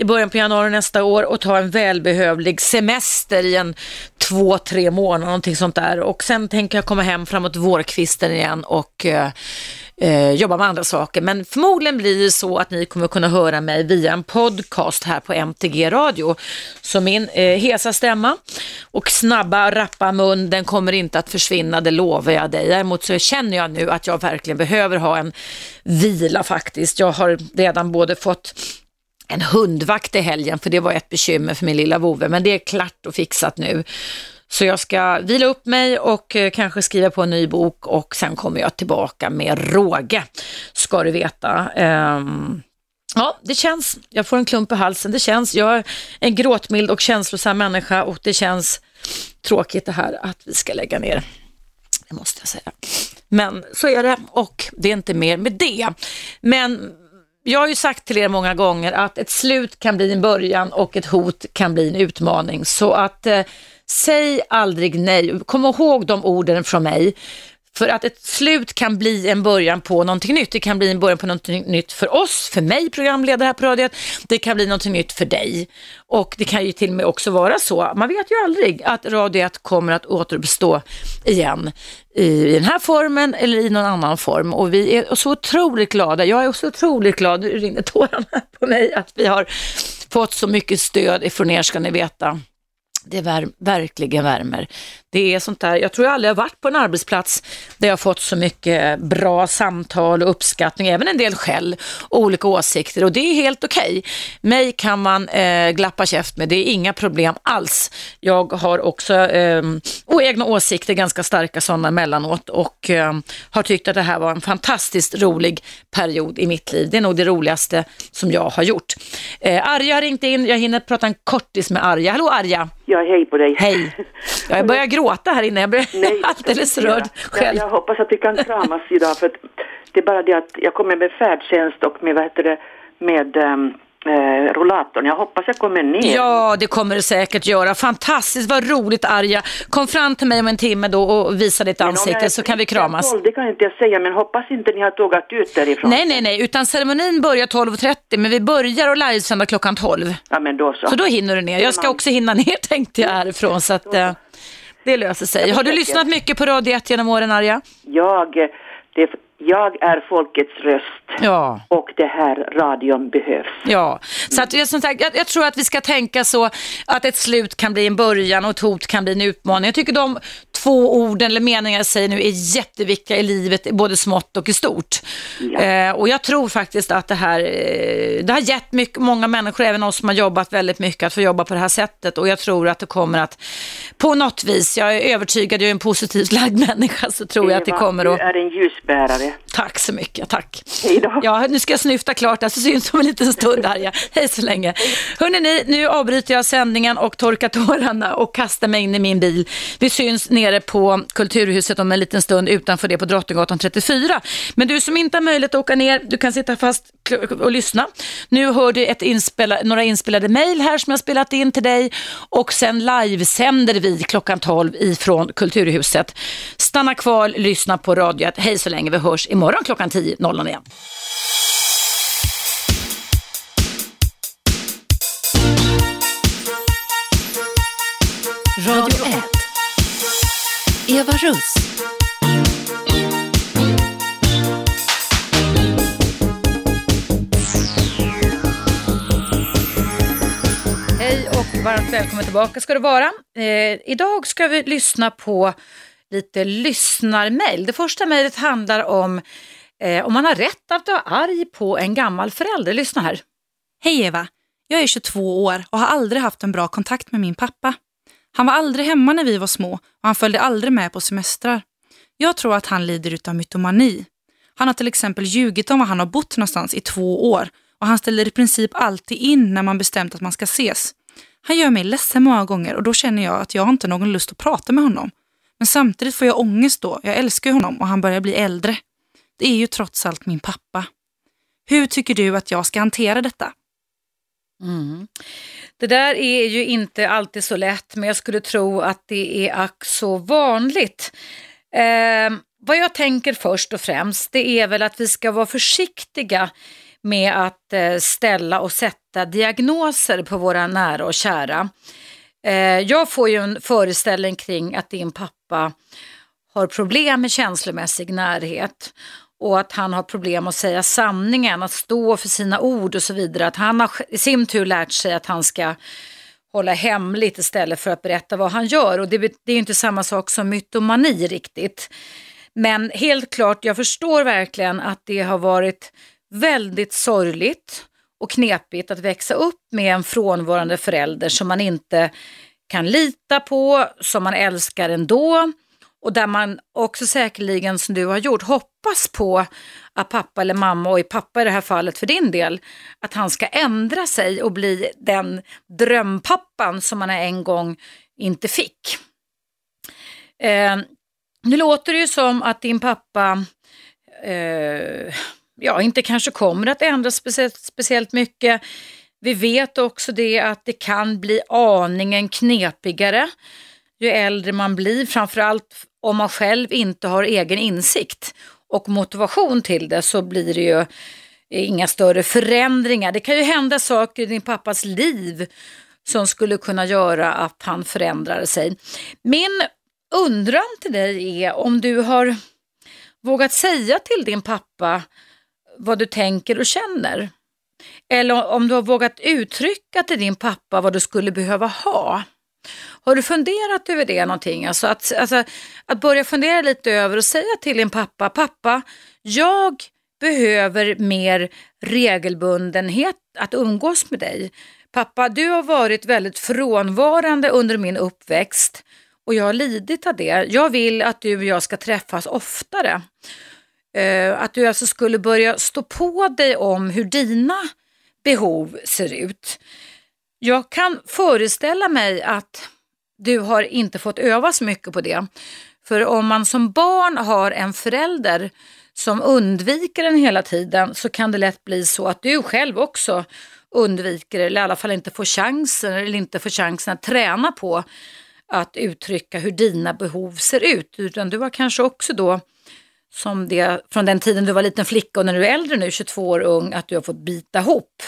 i början på januari nästa år och ta en välbehövlig semester i en 2-3 månader, någonting sånt där. Och sen tänker jag komma hem framåt vårkvisten igen och jobba med andra saker. Men förmodligen blir det så att ni kommer kunna höra mig via en podcast här på MTG Radio. Så min hesa stämma och snabba, rappa mun, den kommer inte att försvinna, det lovar jag dig. Däremot så känner jag nu att jag verkligen behöver ha en vila faktiskt. Jag har redan både fått en hundvakt i helgen, för det var ett bekymmer för min lilla vovve, men det är klart och fixat nu. Så jag ska vila upp mig och kanske skriva på en ny bok och sen kommer jag tillbaka med råge, ska du veta. Ja, det känns, jag får en klump i halsen, det känns, jag är en gråtmild och känslosam människa och det känns tråkigt det här att vi ska lägga ner. Det måste jag säga. Men så är det och det är inte mer med det. Men jag har ju sagt till er många gånger att ett slut kan bli en början och ett hot kan bli en utmaning. Så att säg aldrig nej. Kom ihåg de orden från mig. För att ett slut kan bli en början på någonting nytt. Det kan bli en början på någonting nytt för oss, för mig, programledare här på radiot. Det kan bli någonting nytt för dig. Och det kan ju till och med också vara så. Man vet ju aldrig att radiot kommer att återuppstå igen i den här formen eller i någon annan form. Och vi är så otroligt glada. Jag är så otroligt glad, nu rinner tårarna på mig, att vi har fått så mycket stöd ifrån er, ska ni veta. Det verkligen värmer. Det är sånt där, jag tror jag aldrig har varit på en arbetsplats där jag har fått så mycket bra samtal och uppskattning, även en del skäll och olika åsikter, och det är helt okej. Mig kan man glappa käft med, det är inga problem alls. Jag har också egna åsikter, ganska starka sådana emellanåt, och har tyckt att det här var en fantastiskt rolig period i mitt liv. Det är nog det roligaste som jag har gjort. Arja har ringt in, jag hinner prata en kortis med Arja. Hallå Arja! Ja, hej på dig. Hej. Jag börjar gråta här inne. Jag blir alldeles rörd själv. Jag hoppas att vi kan kramas idag, för att det är bara det att jag kommer med färdtjänst och med rollatorn. Jag hoppas jag kommer ner. Ja, det kommer du säkert göra. Fantastiskt, vad roligt Arja. Kom fram till mig om en timme då och visa ditt ansikte så kan vi kramas. Det kan inte jag säga, men hoppas inte ni har tågat ut därifrån. Nej, utan ceremonin börjar 12.30, men vi börjar och livesända klockan 12. Ja, men då så. Så då hinner du ner. Jag ska också hinna ner, tänkte jag härifrån, så att det löser sig. Har du lyssnat mycket på Radio 1 genom åren, Arja? Jag är folkets röst. Ja. Och det här radion behövs. Ja, så att jag tror att vi ska tänka så att ett slut kan bli en början och ett hot kan bli en utmaning. Jag tycker de 2 orden eller meningar jag säger nu är jätteviktiga i livet, både smått och i stort. Ja. Och jag tror faktiskt att det har gett många människor, även oss som har jobbat väldigt mycket, att få jobba på det här sättet. Och jag tror att det kommer att på något vis, jag är övertygad, jag är en positivt lagd människa, så tror jag att det kommer att... Du är en ljusbärare. Tack så mycket, tack. Hej då. Ja, nu ska jag snyfta klart, så syns om en liten stund här. Ja. Hej så länge. Hörrni, nu avbryter jag sändningen och torkar tårarna och kastar mig in i min bil. Vi syns nere på Kulturhuset om en liten stund, utanför det på Drottninggatan 34. Men du som inte har möjlighet att åka ner, du kan sitta fast och lyssna. Nu hör du några inspelade mejl här som jag spelat in till dig, och sen livesänder vi klockan 12 ifrån Kulturhuset. Stanna kvar, lyssna på radiot. Hej så länge, vi hörs imorgon klockan 10.00 igen. Radio 1. Eva Russ. Hej och varmt välkommen tillbaka ska det vara. Idag ska vi lyssna på lite lyssnarmail. Det första mejlet handlar om man har rätt att vara arg på en gammal förälder. Lyssna här. Hej Eva, jag är 22 år och har aldrig haft en bra kontakt med min pappa. Han var aldrig hemma när vi var små och han följde aldrig med på semestrar. Jag tror att han lider utav mytomani. Han har till exempel ljugit om var han har bott någonstans i 2 år och han ställer i princip alltid in när man bestämt att man ska ses. Han gör mig ledsen många gånger och då känner jag att jag inte har någon lust att prata med honom. Men samtidigt får jag ångest då. Jag älskar honom och han börjar bli äldre. Det är ju trots allt min pappa. Hur tycker du att jag ska hantera detta? Det där är ju inte alltid så lätt, men jag skulle tro att det är så vanligt. Vad jag tänker först och främst, det är väl att vi ska vara försiktiga med att ställa och sätta diagnoser på våra nära och kära. Jag får ju en föreställning kring att din pappa har problem med känslomässig närhet och att han har problem att säga sanningen, att stå för sina ord och så vidare. Att han har i sin tur lärt sig att han ska hålla hemligt istället för att berätta vad han gör. Och det är ju inte samma sak som mytomani riktigt. Men helt klart, jag förstår verkligen att det har varit väldigt sorgligt och knepigt att växa upp med en frånvarande förälder som man inte kan lita på, som man älskar ändå. Och där man också säkerligen, som du har gjort, hoppas på att pappa eller mamma, och pappa i det här fallet för din del, att han ska ändra sig och bli den drömpappan som man en gång inte fick. Nu låter det ju som att din pappa inte kanske kommer att ändras speciellt mycket. Vi vet också det att det kan bli aningen knepigare ju äldre man blir, framförallt om man själv inte har egen insikt och motivation till det, så blir det ju inga större förändringar. Det kan ju hända saker i din pappas liv som skulle kunna göra att han förändrar sig. Min undran till dig är om du har vågat säga till din pappa vad du tänker och känner. Eller om du har vågat uttrycka till din pappa vad du skulle behöva ha. Har du funderat över det någonting? Alltså att börja fundera lite över och säga till din pappa: pappa, jag behöver mer regelbundenhet att umgås med dig. Pappa, du har varit väldigt frånvarande under min uppväxt och jag har lidit av det. Jag vill att du och jag ska träffas oftare. Att du alltså skulle börja stå på dig om hur dina behov ser ut. Jag kan föreställa mig att du har inte fått öva så mycket på det. För om man som barn har en förälder som undviker den hela tiden, så kan det lätt bli så att du själv också undviker, eller i alla fall inte får chansen att träna på att uttrycka hur dina behov ser ut. Utan du har kanske också då, som det från den tiden du var liten flicka och när du är äldre nu, 22 år ung, att du har fått bita ihop.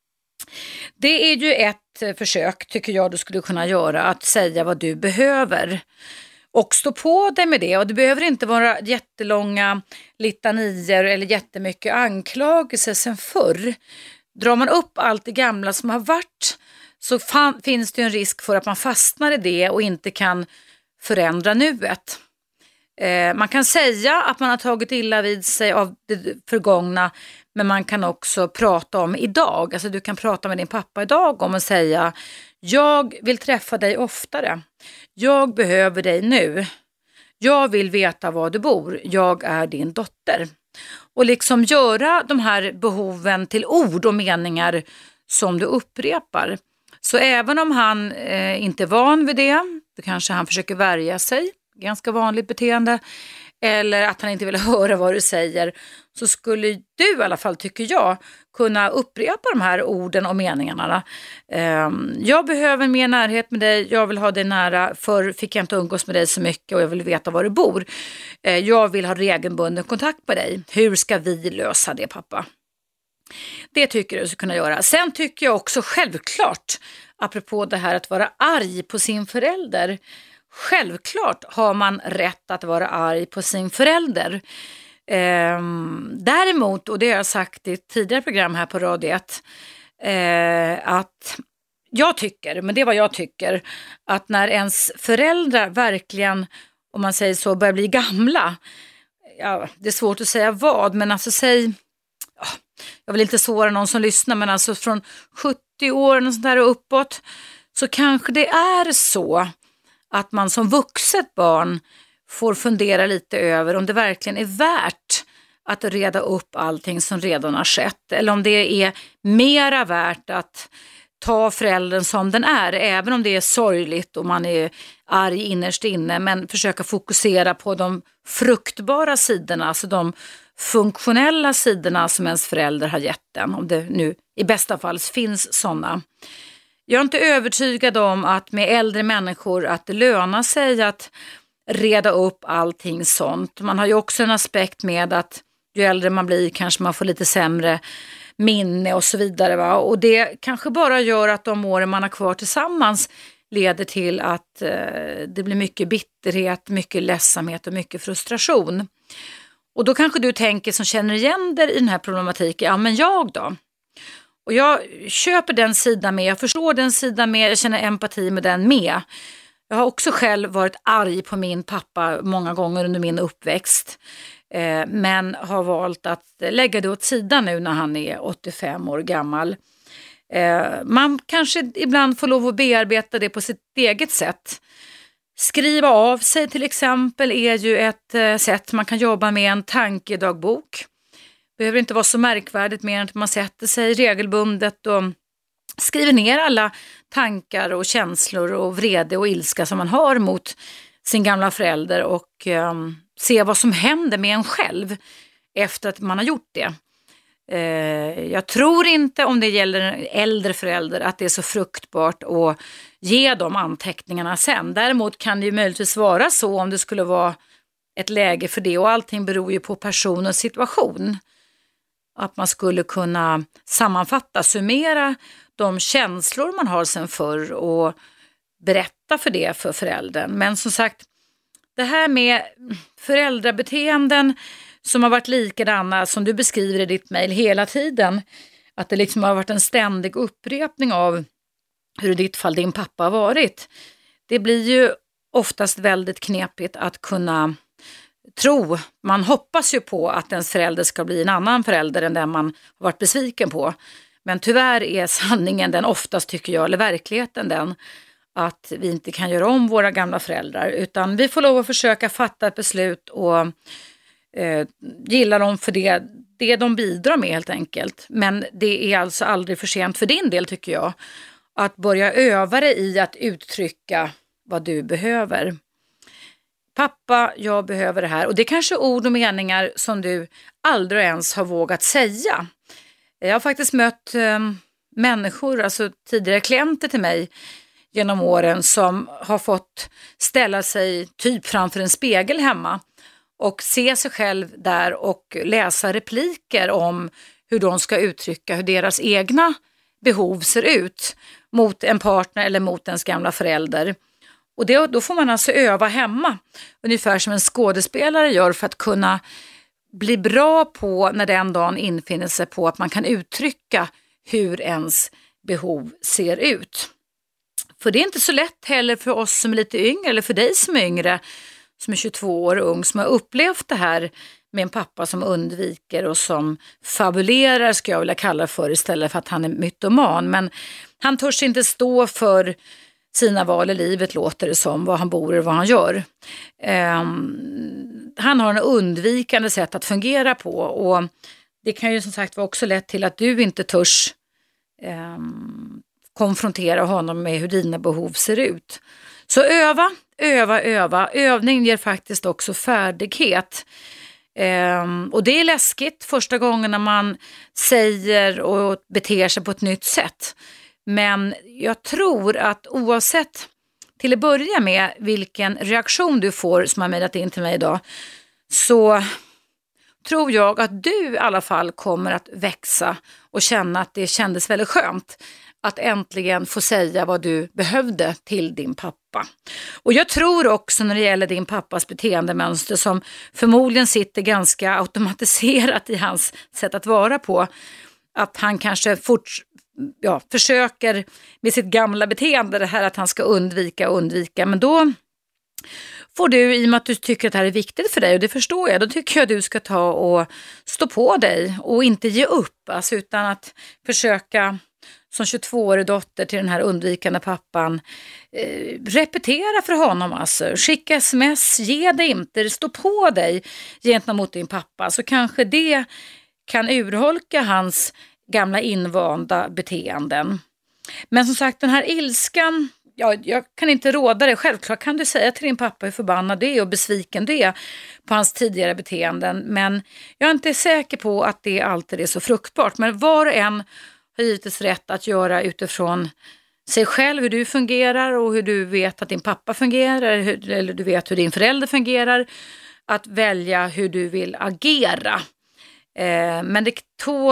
Det är ju ett försök, tycker jag, du skulle kunna göra, att säga vad du behöver. Och stå på dig med det. Och det behöver inte vara jättelånga litanier eller jättemycket anklagelser sen förr. Drar man upp allt det gamla som har varit, så finns det en risk för att man fastnar i det och inte kan förändra nuet. Man kan säga att man har tagit illa vid sig av det förgångna, men man kan också prata om idag. Alltså du kan prata med din pappa idag om att säga: jag vill träffa dig oftare. Jag behöver dig nu. Jag vill veta var du bor. Jag är din dotter. Och liksom göra de här behoven till ord och meningar som du upprepar. Så även om han inte är van vid det, då kanske han försöker värja sig. Ganska vanligt beteende. Eller att han inte vill höra vad du säger, så skulle du i alla fall, tycker jag, kunna upprepa de här orden och meningarna. Jag behöver mer närhet med dig, jag vill ha dig nära, för fick jag inte umgås med dig så mycket och jag vill veta var du bor. Jag vill ha regelbunden kontakt med dig. Hur ska vi lösa det, pappa? Det tycker jag du ska kunna göra. Sen tycker jag också självklart, apropå det här att vara arg på sin förälder, självklart har man rätt att vara arg på sin förälder. Däremot, och det har jag sagt i ett tidigare program här på Radio 1, att jag tycker, men det är vad jag tycker, att när ens föräldrar verkligen, om man säger så, börjar bli gamla, det är svårt att säga vad, men alltså jag vill inte såra någon som lyssnar, men alltså från 70 år och sånt där och uppåt, så kanske det är så att man som vuxet barn får fundera lite över om det verkligen är värt att reda upp allting som redan har skett. Eller om det är mera värt att ta föräldern som den är, även om det är sorgligt och man är arg innerst inne, men försöka fokusera på de fruktbara sidorna, alltså de funktionella sidorna som ens förälder har gett den, om det nu i bästa fall finns sådana. Jag är inte övertygad om att med äldre människor att det lönar sig att reda upp allting sånt. Man har ju också en aspekt med att ju äldre man blir kanske man får lite sämre minne och så vidare. Va? Och det kanske bara gör att de åren man har kvar tillsammans leder till att det blir mycket bitterhet, mycket ledsamhet och mycket frustration. Och då kanske du tänker som känner igen dig i den här problematiken, ja men jag då? Och jag köper den sidan med, jag förstår den sidan med, jag känner empati med den med. Jag har också själv varit arg på min pappa många gånger under min uppväxt. Men har valt att lägga det åt sidan nu när han är 85 år gammal. Man kanske ibland får lov att bearbeta det på sitt eget sätt. Skriva av sig till exempel är ju ett sätt man kan jobba med, en tankedagbok. Behöver inte vara så märkvärdigt mer än att man sätter sig regelbundet och skriver ner alla tankar och känslor och vrede och ilska som man har mot sin gamla förälder och se vad som händer med en själv efter att man har gjort det. Jag tror inte, om det gäller en äldre förälder, att det är så fruktbart att ge de anteckningarna sen. Däremot kan det ju möjligtvis vara så om det skulle vara ett läge för det, och allting beror ju på person och situation. Att man skulle kunna sammanfatta, summera de känslor man har sen förr och berätta för det för föräldern. Men som sagt, det här med föräldrabeteenden som har varit likadana som du beskriver i ditt mejl hela tiden, att det liksom har varit en ständig upprepning av hur i ditt fall din pappa har varit. Det blir ju oftast väldigt knepigt att kunna tro. Man hoppas ju på att ens förälder ska bli en annan förälder än den man har varit besviken på. Men tyvärr är sanningen den oftast, tycker jag, eller verkligheten den, att vi inte kan göra om våra gamla föräldrar, utan vi får lov att försöka fatta ett beslut och gilla dem för det de bidrar med helt enkelt. Men det är alltså aldrig för sent för din del, tycker jag, att börja öva dig i att uttrycka vad du behöver. Pappa, jag behöver det här. Och det är kanske ord och meningar som du aldrig ens har vågat säga. Jag har faktiskt mött människor, alltså tidigare klienter till mig genom åren, som har fått ställa sig typ framför en spegel hemma och se sig själv där och läsa repliker om hur de ska uttrycka hur deras egna behov ser ut mot en partner eller mot ens gamla förälder. Och då får man alltså öva hemma, ungefär som en skådespelare gör, för att kunna bli bra på, när den dagen infinner sig, på att man kan uttrycka hur ens behov ser ut. För det är inte så lätt heller för oss som är lite yngre, eller för dig som är yngre, som är 22 år ung, som har upplevt det här med en pappa som undviker och som fabulerar, ska jag vilja kalla för, istället för att han är mytoman. Men han törs inte stå för sina val i livet, låter det som, vad han bor och vad han gör. Han har en undvikande sätt att fungera på, och det kan ju som sagt vara också lätt till att du inte törs konfrontera honom med hur dina behov ser ut. Så öva. Övning ger faktiskt också färdighet. Och det är läskigt första gången när man säger och beter sig på ett nytt sätt. Men jag tror att oavsett till att börja med vilken reaktion du får som har mejlat in till mig idag, så tror jag att du i alla fall kommer att växa och känna att det kändes väldigt skönt att äntligen få säga vad du behövde till din pappa. Och jag tror också, när det gäller din pappas beteendemönster, som förmodligen sitter ganska automatiserat i hans sätt att vara på, att han kanske försöker med sitt gamla beteende, det här att han ska undvika. Men då får du, i och med att du tycker att det här är viktigt för dig, och det förstår jag, då tycker jag att du ska ta och stå på dig och inte ge upp, alltså, utan att försöka som 22-årig dotter till den här undvikande pappan repetera för honom, alltså skicka sms, ge dig inte, stå på dig gentemot din pappa, så kanske det kan urholka hans gamla invanda beteenden. Men som sagt, den här ilskan, jag kan inte råda dig. Självklart kan du säga till din pappa hur förbannad du är och besviken du är på hans tidigare beteenden, men jag är inte säker på att det alltid är så fruktbart. Men var och en har givetvis rätt att göra utifrån sig själv, hur du fungerar och hur du vet att din pappa fungerar, eller du vet hur din förälder fungerar, att välja hur du vill agera. Men det tål att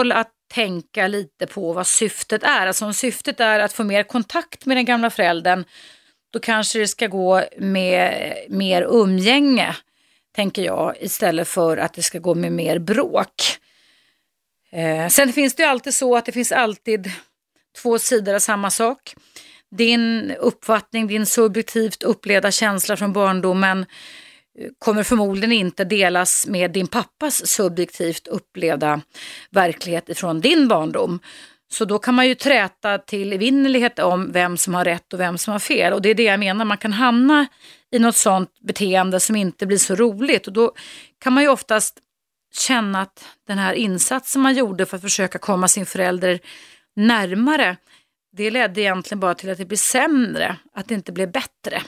tänka lite på vad syftet är. Alltså om syftet är att få mer kontakt med den gamla föräldern, då kanske det ska gå med mer umgänge, tänker jag, istället för att det ska gå med mer bråk. Sen finns det ju alltid så att det finns alltid två sidor av samma sak. Din uppfattning, din subjektivt upplevda känsla från barndomen kommer förmodligen inte delas med din pappas subjektivt upplevda verklighet ifrån din barndom. Så då kan man ju träta till evinnerlighet om vem som har rätt och vem som har fel. Och det är det jag menar, man kan hamna i något sånt beteende som inte blir så roligt. Och då kan man ju oftast känna att den här insatsen man gjorde för att försöka komma sin förälder närmare, det ledde egentligen bara till att det blir sämre, att det inte blir bättre.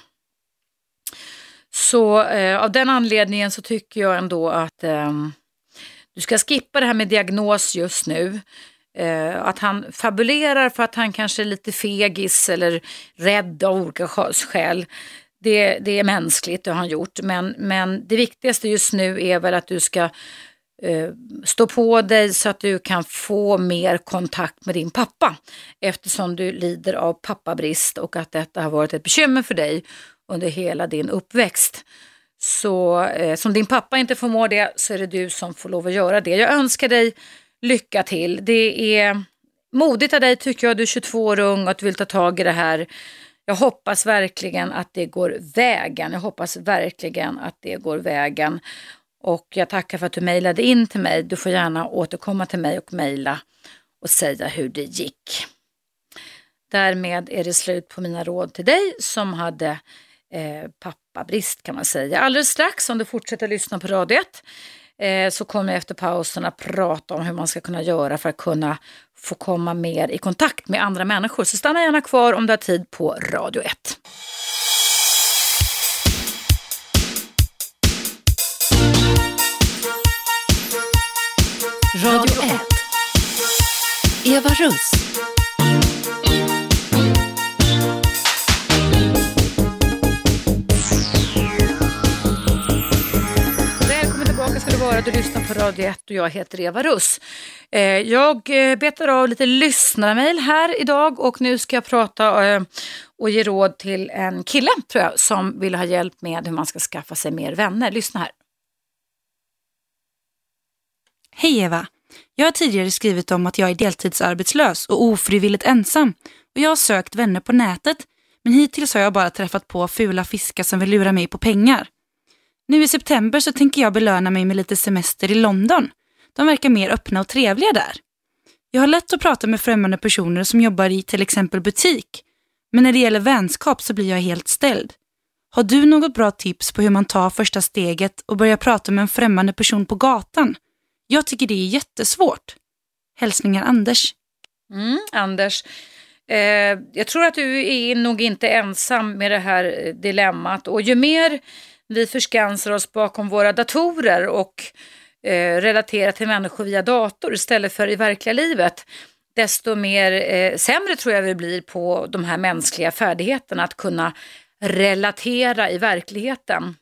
Så av den anledningen så tycker jag ändå att du ska skippa det här med diagnos just nu. Att han fabulerar för att han kanske är lite fegis eller rädd av olika skäl. Det är mänskligt, det har han gjort. Men det viktigaste just nu är väl att du ska stå på dig så att du kan få mer kontakt med din pappa. Eftersom du lider av pappabrist och att detta har varit ett bekymmer för dig under hela din uppväxt. Så som din pappa inte förmår det, så är det du som får lov att göra det. Jag önskar dig lycka till. Det är modigt av dig, tycker jag. Du är 22 år ung och att du vill ta tag i det här. Jag hoppas verkligen att det går vägen. Och jag tackar för att du mejlade in till mig. Du får gärna återkomma till mig och mejla och säga hur det gick. Därmed är det slut på mina råd till dig som hade pappabrist, kan man säga. Alldeles strax, om du fortsätter lyssna på Radio 1, så kommer jag efter pausen att prata om hur man ska kunna göra för att kunna få komma mer i kontakt med andra människor. Så stanna gärna kvar om du har tid på Radio 1. Radio 1. Eva Russ. Välkommen tillbaka ska du vara. Du lyssnar på Radio 1 och jag heter Eva Russ. Jag betar av lite lyssnarmail här idag och nu ska jag prata och ge råd till en kille, tror jag, som vill ha hjälp med hur man ska skaffa sig mer vänner. Lyssna här. Hej Eva, jag har tidigare skrivit om att jag är deltidsarbetslös och ofrivilligt ensam och jag har sökt vänner på nätet, men hittills har jag bara träffat på fula fiskar som vill lura mig på pengar. Nu i september så tänker jag belöna mig med lite semester i London. De verkar mer öppna och trevliga där. Jag har lätt att prata med främmande personer som jobbar i till exempel butik, men när det gäller vänskap så blir jag helt ställd. Har du något bra tips på hur man tar första steget och börjar prata med en främmande person på gatan? Jag tycker det är jättesvårt. Hälsningar Anders. Anders, jag tror att du är nog inte ensam med det här dilemmat. Och ju mer vi förskansar oss bakom våra datorer och relaterar till människor via dator istället för i verkliga livet, desto mer sämre tror jag vi blir på de här mänskliga färdigheterna att kunna relatera i verkligheten.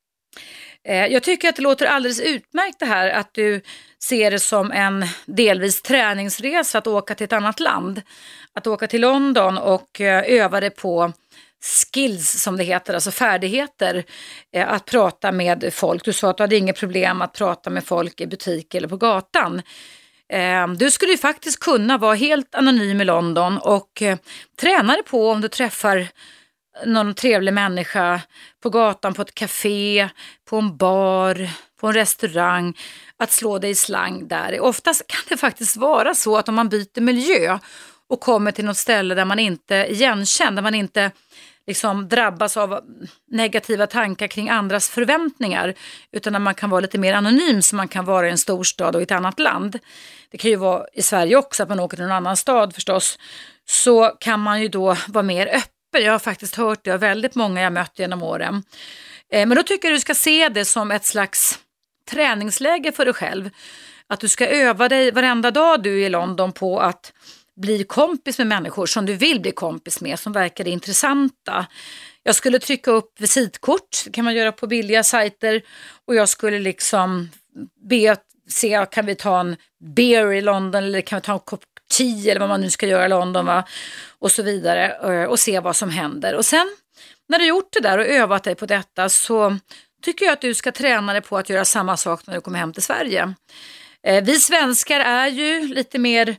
Jag tycker att det låter alldeles utmärkt det här att du ser det som en delvis träningsresa att åka till ett annat land. Att åka till London och öva dig på skills som det heter, alltså färdigheter att prata med folk. Du sa att du hade inget problem att prata med folk i butik eller på gatan. Du skulle ju faktiskt kunna vara helt anonym i London och träna dig på om du träffar någon trevlig människa på gatan, på ett café, på en bar, på en restaurang, att slå dig i slang där. Oftast kan det faktiskt vara så att om man byter miljö och kommer till något ställe där man inte är igenkänd, där man inte liksom drabbas av negativa tankar kring andras förväntningar, utan där man kan vara lite mer anonym, som man kan vara i en storstad och i ett annat land. Det kan ju vara i Sverige också, att man åker till någon annan stad förstås. Så kan man ju då vara mer öppen. Jag har faktiskt hört det av väldigt många jag mött genom åren. Men då tycker jag du ska se det som ett slags träningsläge för dig själv. Att du ska öva dig varenda dag du är i London på att bli kompis med människor som du vill bli kompis med, som verkar intressanta. Jag skulle trycka upp visitkort, det kan man göra på billiga sajter, och jag skulle liksom be se, kan vi ta en beer i London eller kan vi ta en kopp te eller vad man nu ska göra i London, va? Och så vidare, och se vad som händer. Och sen när du gjort det där och övat dig på detta, så tycker jag att du ska träna dig på att göra samma sak när du kommer hem till Sverige. Vi svenskar är ju lite mer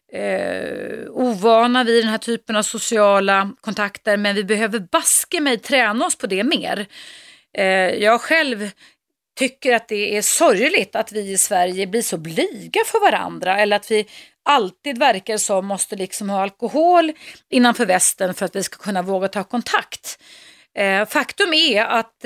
ovana vid den här typen av sociala kontakter, men vi behöver baske mig träna oss på det mer. Jag själv tycker att det är sorgligt att vi i Sverige blir så blyga för varandra, eller att vi alltid verkar som måste liksom ha alkohol innanför västen för att vi ska kunna våga ta kontakt. Faktum är att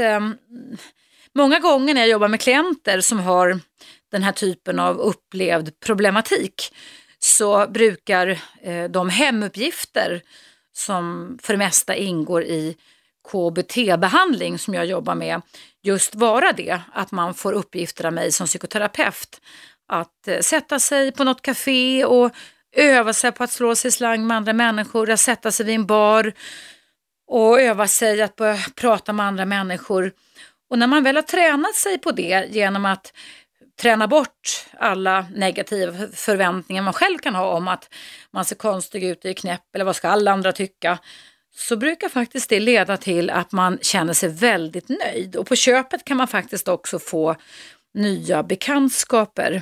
många gånger när jag jobbar med klienter som har den här typen av upplevd problematik, så brukar de hemuppgifter som för det mesta ingår i KBT-behandling som jag jobbar med just vara det, att man får uppgifter av mig som psykoterapeut att sätta sig på något café och öva sig på att slå sig i slang med andra människor, att sätta sig vid en bar och öva sig att börja prata med andra människor. Och när man väl har tränat sig på det genom att träna bort alla negativa förväntningar man själv kan ha om att man ser konstig ut i knäpp eller vad ska alla andra tycka, så brukar faktiskt det leda till att man känner sig väldigt nöjd. Och på köpet kan man faktiskt också få nya bekantskaper.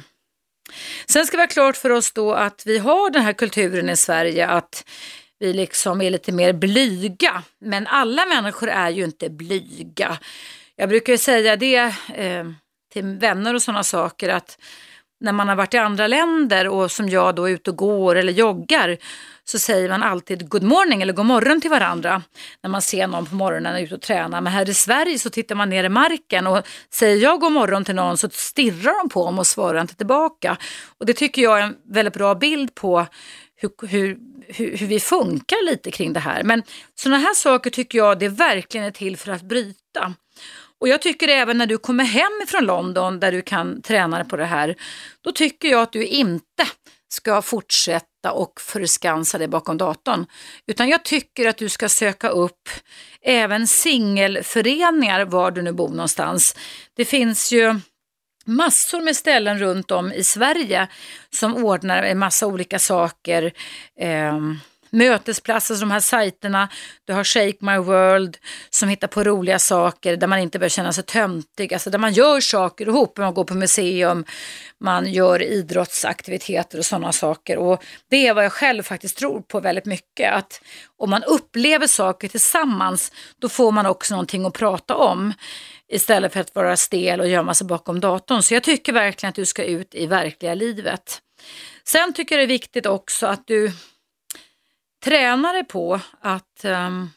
Sen ska vi ha klart för oss då att vi har den här kulturen i Sverige att vi liksom är lite mer blyga. Men alla människor är ju inte blyga. Jag brukar säga det till vänner och sådana saker, att när man har varit i andra länder och som jag då är ute och går eller joggar, så säger man alltid good morning eller god morgon till varandra när man ser någon på morgonen ute och tränar. Men här i Sverige så tittar man ner i marken och säger jag god morgon till någon, så stirrar de på dem och svarar inte tillbaka. Och det tycker jag är en väldigt bra bild på hur vi funkar lite kring det här. Men sådana här saker tycker jag det verkligen är till för att bryta. Och jag tycker även när du kommer hem från London där du kan träna dig på det här, då tycker jag att du inte ska fortsätta och förskansa dig bakom datorn. Utan jag tycker att du ska söka upp även singelföreningar var du nu bor någonstans. Det finns ju massor med ställen runt om i Sverige som ordnar en massa olika saker. Mötesplatser, de här sajterna. Du har Shake My World som hittar på roliga saker där man inte bör känna sig töntig. Alltså där man gör saker ihop. Man går på museum, man gör idrottsaktiviteter och sådana saker. Och det är vad jag själv faktiskt tror på väldigt mycket. Att om man upplever saker tillsammans, då får man också någonting att prata om. Istället för att vara stel och gömma sig bakom datorn. Så jag tycker verkligen att du ska ut i verkliga livet. Sen tycker jag det är viktigt också att du tränar dig på att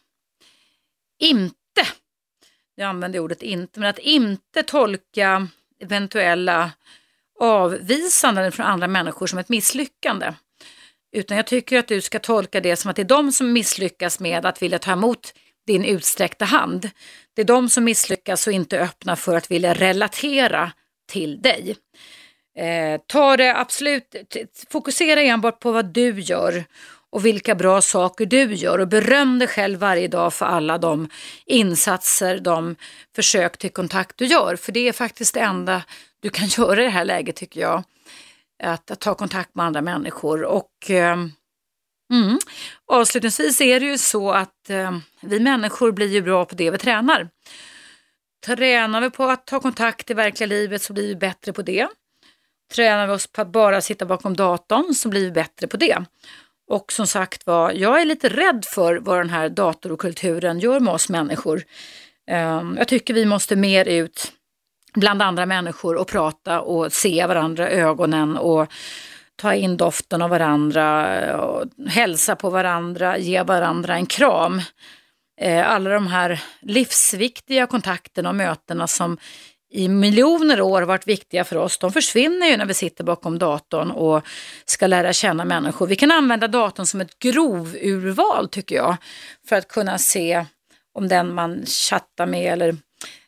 inte, jag använder ordet inte, men att inte tolka eventuella avvisanden från andra människor som ett misslyckande. Utan jag tycker att du ska tolka det som att det är de som misslyckas med att vilja ta emot din utsträckta hand. Det är de som misslyckas och inte öppnar för att vilja relatera till dig. Ta det absolut, fokusera enbart på vad du gör och vilka bra saker du gör och beröm dig själv varje dag för alla de insatser, de försök till kontakt du gör. För det är faktiskt det enda du kan göra i det här läget tycker jag. Att ta kontakt med andra människor. Och avslutningsvis är det ju så att vi människor blir ju bra på det vi tränar. Tränar vi på att ta kontakt i verkliga livet så blir vi bättre på det. Tränar vi oss på att bara sitta bakom datorn så blir vi bättre på det. Och som sagt var, jag är lite rädd för vad den här dator- och kulturen gör med oss människor. Jag tycker vi måste mer ut bland andra människor och prata och se varandra i ögonen och ta in doften av varandra, och hälsa på varandra, ge varandra en kram. Alla de här livsviktiga kontakterna och mötena som i miljoner år har varit viktiga för oss, de försvinner ju när vi sitter bakom datorn och ska lära känna människor. Vi kan använda datorn som ett grovurval tycker jag, för att kunna se om den man chattar med eller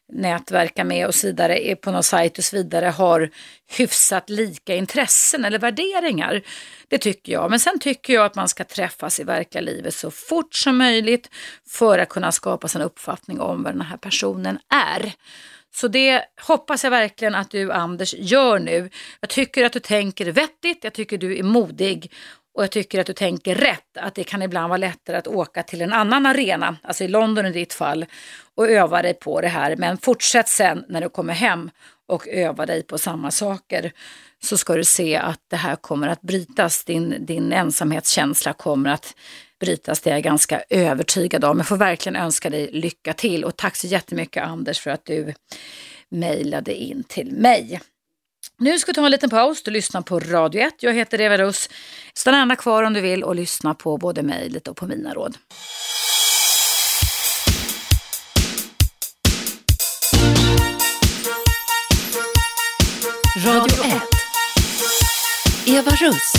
nätverkar med och så vidare, är på någon sajt och så vidare, har hyfsat lika intressen eller värderingar. Det tycker jag. Men sen tycker jag att man ska träffas i verkliga livet så fort som möjligt för att kunna skapa sig en uppfattning om vad den här personen är. Så det hoppas jag verkligen att du, Anders, gör nu. Jag tycker att du tänker vettigt, jag tycker du är modig och jag tycker att du tänker rätt. Att det kan ibland vara lättare att åka till en annan arena, alltså i London i ditt fall, och öva dig på det här. Men fortsätt sen när du kommer hem och öva dig på samma saker, så ska du se att det här kommer att brytas. Din ensamhetskänsla kommer att brytas, det är jag ganska övertygad om. Jag får verkligen önska dig lycka till och tack så jättemycket, Anders, för att du mejlade in till mig. Nu ska vi ta en liten paus. Du lyssnar på Radio 1. Jag heter Eva Russ. Stanna gärna kvar om du vill och lyssna på både mejlet och på mina råd. Radio 1. Eva Russ.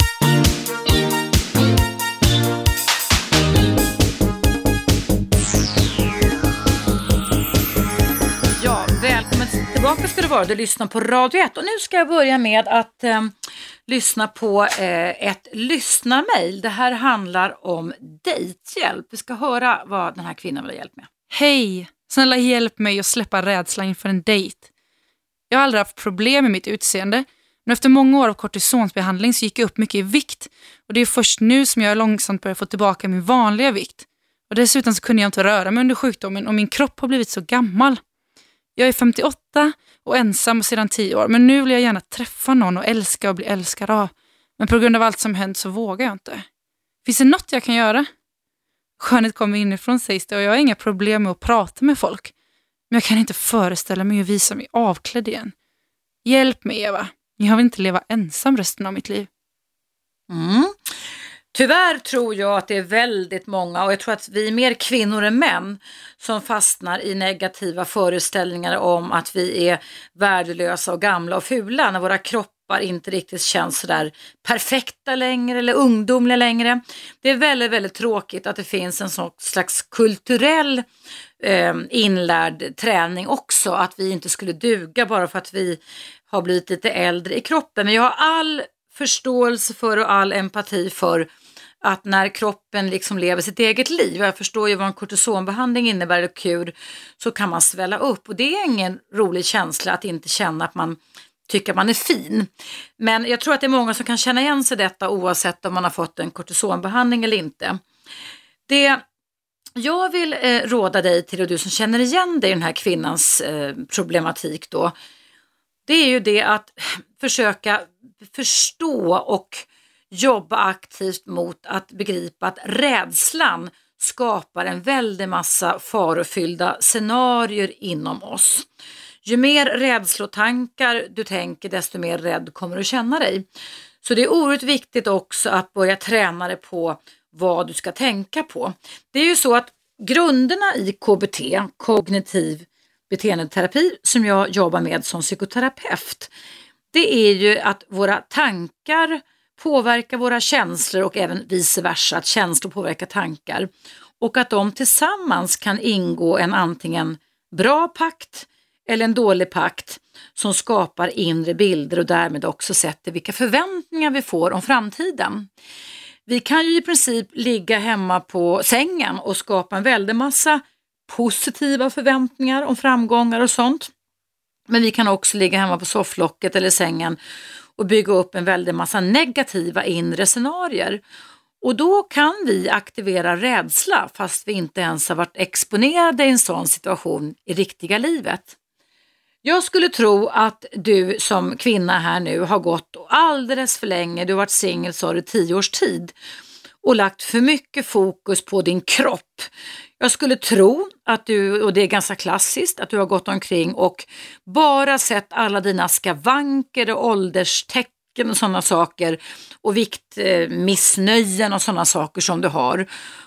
Välkommen tillbaka ska du vara. Du lyssnar på Radio 1 och nu ska jag börja med att lyssna på ett lyssnarmail. Det här handlar om dejthjälp. Vi ska höra vad den här kvinnan vill ha hjälp med. Hej, snälla hjälp mig att släppa rädslan inför en dejt. Jag har aldrig haft problem med mitt utseende, men efter många år av kortisonsbehandling så gick jag upp mycket i vikt. Och det är först nu som jag långsamt börjar få tillbaka min vanliga vikt. Och dessutom så kunde jag inte röra mig under sjukdomen och min kropp har blivit så gammal. Jag är 58 och ensam sedan 10 år, men nu vill jag gärna träffa någon och älska och bli älskad av. Men på grund av allt som hänt så vågar jag inte. Finns det något jag kan göra? Skönhet kommer inifrån, sägs det, och jag har inga problem med att prata med folk. Men jag kan inte föreställa mig att visa mig avklädd igen. Hjälp mig, Eva. Jag vill inte leva ensam resten av mitt liv. Tyvärr tror jag att det är väldigt många, och jag tror att vi är mer kvinnor än män, som fastnar i negativa föreställningar om att vi är värdelösa och gamla och fula när våra kroppar inte riktigt känns så där perfekta längre eller ungdomliga längre. Det är väldigt, väldigt tråkigt att det finns en sån slags kulturell inlärd träning också, att vi inte skulle duga bara för att vi har blivit lite äldre i kroppen. Men jag har all förståelse för och all empati för att när kroppen liksom lever sitt eget liv, jag förstår ju vad en kortisonbehandling innebär eller kur, så kan man svälla upp och det är ingen rolig känsla att inte känna att man tycker att man är fin. Men jag tror att det är många som kan känna igen sig detta oavsett om man har fått en kortisonbehandling eller inte. Det jag vill råda dig till, och du som känner igen dig i den här kvinnans problematik då, det är ju det att försöka förstå och jobba aktivt mot att begripa att rädslan skapar en väldig massa farofyllda scenarier inom oss. Ju mer rädslotankar du tänker, desto mer rädd kommer du känna dig. Så det är oerhört viktigt också att börja träna dig på vad du ska tänka på. Det är ju så att grunderna i KBT, kognitiv beteendeterapi, som jag jobbar med som psykoterapeut, det är ju att våra tankar påverkar våra känslor och även vice versa, att känslor påverkar tankar, och att de tillsammans kan ingå en antingen bra pakt eller en dålig pakt som skapar inre bilder och därmed också sätter vilka förväntningar vi får om framtiden. Vi kan ju i princip ligga hemma på sängen och skapa en väldig massa positiva förväntningar om framgångar och sånt. Men vi kan också ligga hemma på sofflocket eller sängen och bygga upp en väldig massa negativa inre scenarier. Och då kan vi aktivera rädsla fast vi inte ens har varit exponerade i en sån situation i riktiga livet. Jag skulle tro att du som kvinna här nu har gått alldeles för länge, du har varit singel så i 10 års tid och lagt för mycket fokus på din kropp. Jag skulle tro att du, och det är ganska klassiskt, att du har gått omkring och bara sett alla dina skavanker och ålderstecken och sådana saker och viktmissnöjen och sådana saker som du har.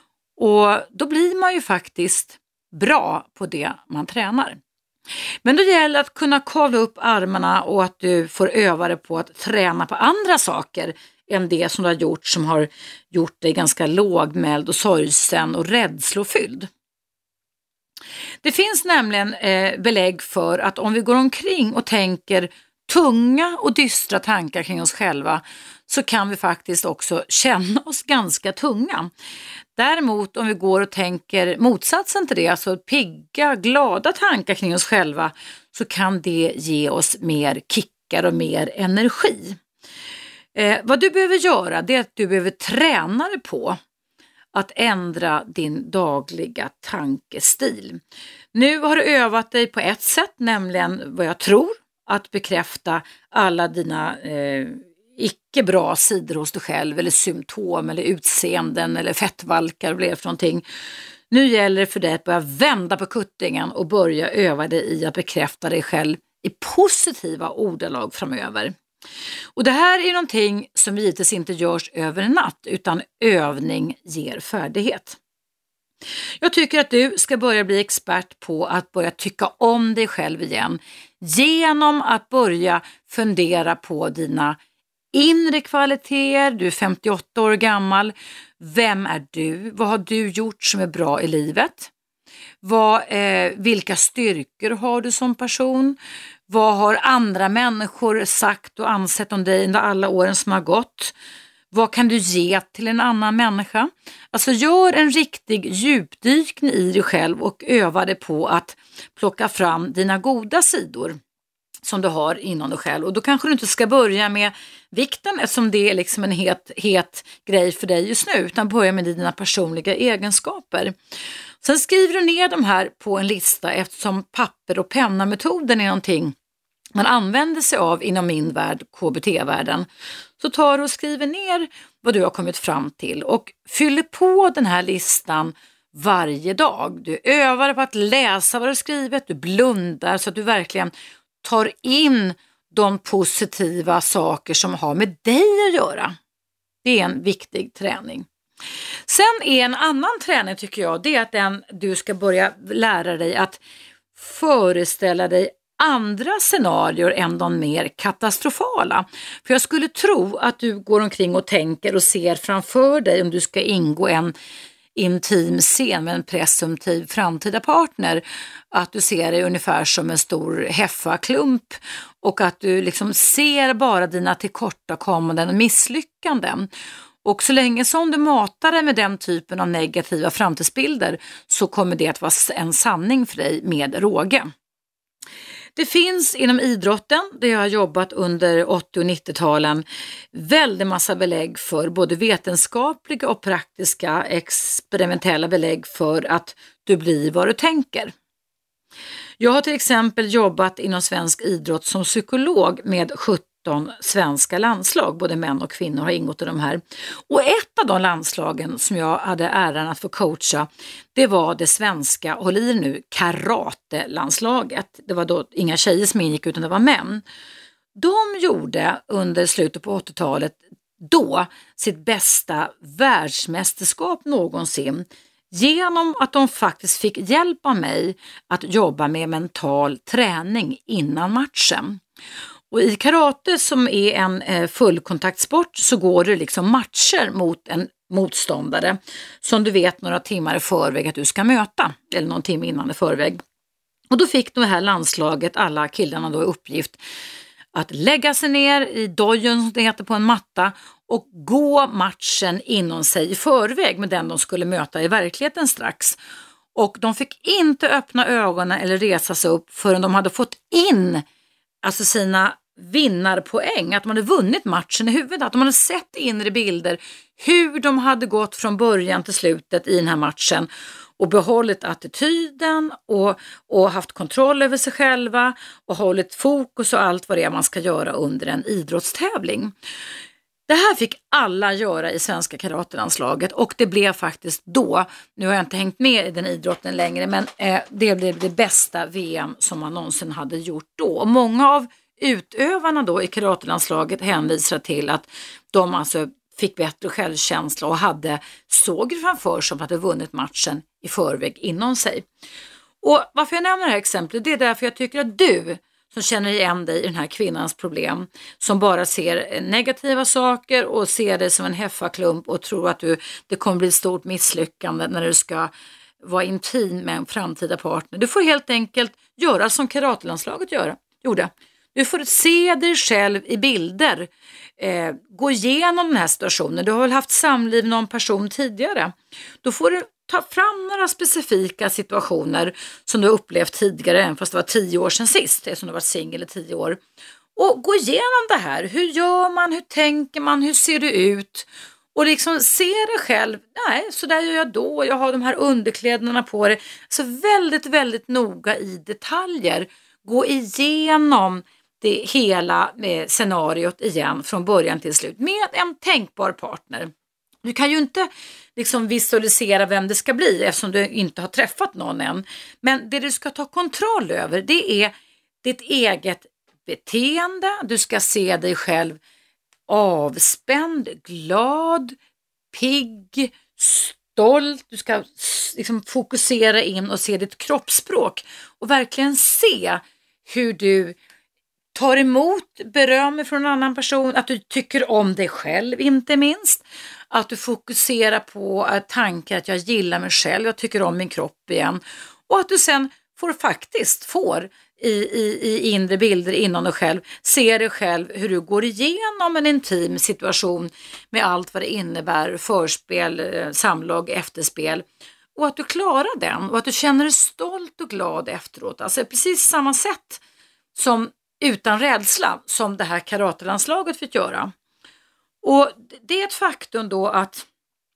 Och då blir man ju faktiskt bra på det man tränar. Men då gäller det att kunna kavla upp armarna och att du får öva dig på att träna på andra saker än det som du har gjort, som har gjort dig ganska lågmäld och sorgsen och rädslofylld. Det finns nämligen belägg för att om vi går omkring och tänker tunga och dystra tankar kring oss själva så kan vi faktiskt också känna oss ganska tunga. Däremot om vi går och tänker motsatsen till det, alltså pigga, glada tankar kring oss själva, så kan det ge oss mer kickar och mer energi. Vad du behöver göra, det är att du behöver träna dig på att ändra din dagliga tankestil. Nu har du övat dig på ett sätt, nämligen vad jag tror, att bekräfta alla dina icke bra sidor hos dig själv, eller symptom eller utseenden eller fettvalkar, vad det är för någonting. Nu gäller det för dig att börja vända på kuttingen och börja öva dig i att bekräfta dig själv i positiva ordalag framöver. Och det här är någonting som givetvis inte görs över en natt, utan övning ger färdighet. Jag tycker att du ska börja bli expert på att börja tycka om dig själv igen genom att börja fundera på dina inre kvaliteter. Du är 58 år gammal. Vem är du? Vad har du gjort som är bra i livet? Vilka styrkor har du som person? Vad har andra människor sagt och ansett om dig under alla åren som har gått? Vad kan du ge till en annan människa? Alltså gör en riktig djupdykning i dig själv och öva dig på att plocka fram dina goda sidor som du har inom dig själv. Och då kanske du inte ska börja med vikten, eftersom det är liksom en het grej för dig just nu, utan börja med dina personliga egenskaper. Sen skriver du ner de här på en lista, eftersom papper- och penna-metoden är någonting man använder sig av inom min värld, KBT-världen. Så tar du och skriver ner vad du har kommit fram till och fyller på den här listan varje dag. Du övar på att läsa vad du skrivit, du blundar så att du verkligen tar in de positiva saker som har med dig att göra. Det är en viktig träning. Sen är en annan träning, tycker jag, det är att du ska börja lära dig att föreställa dig andra scenarier än de mer katastrofala. För jag skulle tro att du går omkring och tänker och ser framför dig, om du ska ingå en intim scen med en presumtiv framtida partner, att du ser dig ungefär som en stor heffaklump och att du liksom ser bara dina tillkortakommanden och misslyckanden. Och så länge som du matar dig med den typen av negativa framtidsbilder så kommer det att vara en sanning för dig med råge. Det finns inom idrotten, där jag har jobbat under 80- och 90-talen, väldigt massa belägg för både vetenskapliga och praktiska experimentella belägg för att du blir vad du tänker. Jag har till exempel jobbat inom svensk idrott som psykolog med 17 svenska landslag, både män och kvinnor har ingått i de här. Och ett av de landslagen som jag hade äran att få coacha, det var det svenska, håll i nu, karate-landslaget. Det var då inga tjejer som ingick utan det var män. De gjorde under slutet på 80-talet då sitt bästa världsmästerskap någonsin genom att de faktiskt fick hjälp av mig att jobba med mental träning innan matchen. Och i karate, som är en fullkontaktsport, så går det liksom matcher mot en motståndare som du vet några timmar i förväg att du ska möta, eller någon timme innan i förväg. Och då fick det här landslaget, alla killarna då, uppgift att lägga sig ner i dojon, som det heter, på en matta och gå matchen inom sig i förväg med den de skulle möta i verkligheten strax. Och de fick inte öppna ögonen eller resa sig upp förrän de hade fått in alltså sina vinnarpoäng, att man hade vunnit matchen i huvudet, att de hade sett inre bilder hur de hade gått från början till slutet i den här matchen och behållit attityden och haft kontroll över sig själva och hållit fokus och allt vad det är man ska göra under en idrottstävling. Det här fick alla göra i svenska karatelandslaget och det blev faktiskt då, nu har jag inte hängt med i den idrotten längre, men det blev det bästa VM som man någonsin hade gjort då. Och många av utövarna då i karatelandslaget hänvisar till att de alltså fick bättre självkänsla och såg framför sig att de hade vunnit matchen i förväg inom sig. Och varför jag nämner det här exemplet, det är därför jag tycker att du som känner igen dig i den här kvinnans problem, som bara ser negativa saker och ser dig som en heffaklump och tror att det kommer bli ett stort misslyckande när du ska vara intim med en framtida partner. Du får helt enkelt göra som karatelandslaget gjorde. Du får se dig själv i bilder. Gå igenom den här situationen. Du har väl haft samliv med någon person tidigare. Då får du ta fram några specifika situationer som du har upplevt tidigare, även fast det var 10 år sedan sist, eftersom du har varit singel i 10 år. Och gå igenom det här. Hur gör man? Hur tänker man? Hur ser det ut? Och liksom se dig själv. Nej, så där gör jag då. Jag har de här underkläderna på det. Så väldigt, väldigt noga i detaljer. Gå igenom det hela scenariot igen från början till slut med en tänkbar partner. Du kan ju inte liksom visualisera vem det ska bli eftersom du inte har träffat någon än. Men det du ska ta kontroll över, det är ditt eget beteende. Du ska se dig själv avspänd, glad, pigg, stolt. Du ska liksom fokusera in och se ditt kroppsspråk och verkligen se hur du tar emot beröm från en annan person, att du tycker om dig själv inte minst, att du fokuserar på tankar att jag gillar mig själv, jag tycker om min kropp igen, och att du sen får i inre bilder inom dig själv, se dig själv hur du går igenom en intim situation med allt vad det innebär, förspel, samlag, efterspel, och att du klarar den och att du känner dig stolt och glad efteråt. Alltså precis samma sätt som utan rädsla som det här karatelandslaget fick göra. Och det är ett faktum då att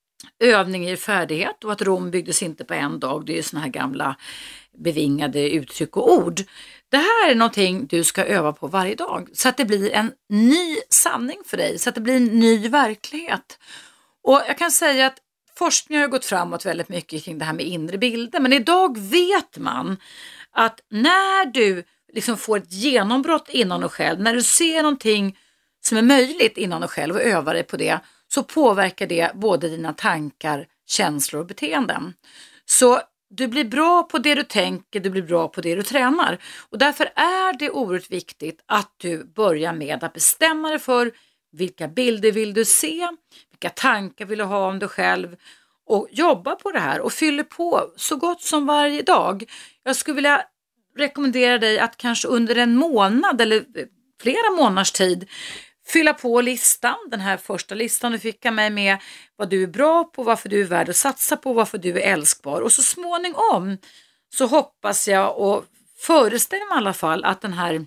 övning ger färdighet och att Rom byggdes inte på en dag. Det är ju såna här gamla bevingade uttryck och ord. Det här är någonting du ska öva på varje dag så att det blir en ny sanning för dig, så att det blir en ny verklighet. Och jag kan säga att forskningen har gått framåt väldigt mycket kring det här med inre bilder, men idag vet man att när du liksom får ett genombrott inom dig själv, när du ser någonting som är möjligt inom dig själv och övar dig på det, så påverkar det både dina tankar, känslor och beteenden. Så du blir bra på det du tänker, du blir bra på det du tränar. Och därför är det oerhört viktigt att du börjar med att bestämma dig för vilka bilder vill du se, vilka tankar vill du ha om dig själv, och jobba på det här och fylla på så gott som varje dag. Jag skulle vilja rekommendera dig att kanske under en månad eller flera månaders tid fylla på listan, den här första listan du fick av mig med vad du är bra på, varför du är värd att satsa på, varför du är älskbar. Och så småningom så hoppas jag och föreställer mig i alla fall att den här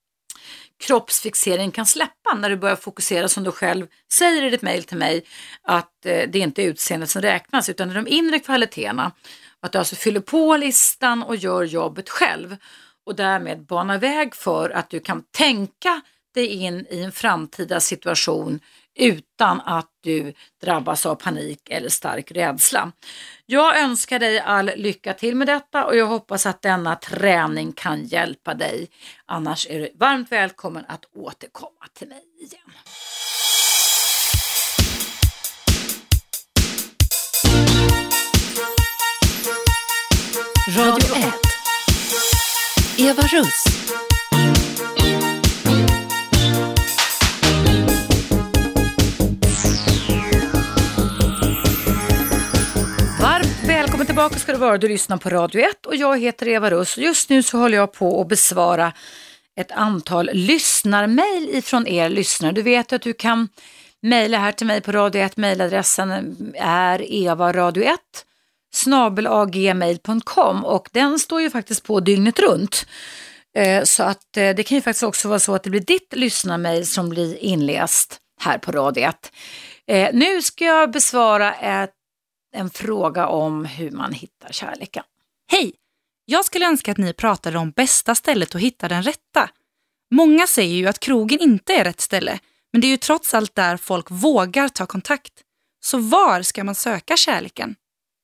kroppsfixeringen kan släppa när du börjar fokusera, som du själv säger i ditt mejl till mig, att det inte är utseendet som räknas utan det är de inre kvaliteterna. Att du alltså fyller på listan och gör jobbet själv och därmed banar väg för att du kan tänka dig in i en framtida situation utan att du drabbas av panik eller stark rädsla. Jag önskar dig all lycka till med detta och jag hoppas att denna träning kan hjälpa dig. Annars är du varmt välkommen att återkomma till mig igen. Radio 1. Eva Russ. Varmt välkommen tillbaka ska du vara. Du lyssnar på Radio 1 och jag heter Eva Russ. Just nu så håller jag på att besvara ett antal lyssnarmail ifrån er lyssnare. Du vet att du kan mejla här till mig på Radio 1. Mejladressen är evaradio1@gmail.com och den står ju faktiskt på dygnet runt. Så att det kan ju faktiskt också vara så att det blir ditt lyssnarmail som blir inläst här på Radio 1. Nu ska jag besvara en fråga om hur man hittar kärleken. Hej! Jag skulle önska att ni pratade om bästa stället att hitta den rätta. Många säger ju att krogen inte är rätt ställe, men det är ju trots allt där folk vågar ta kontakt. Så var ska man söka kärleken?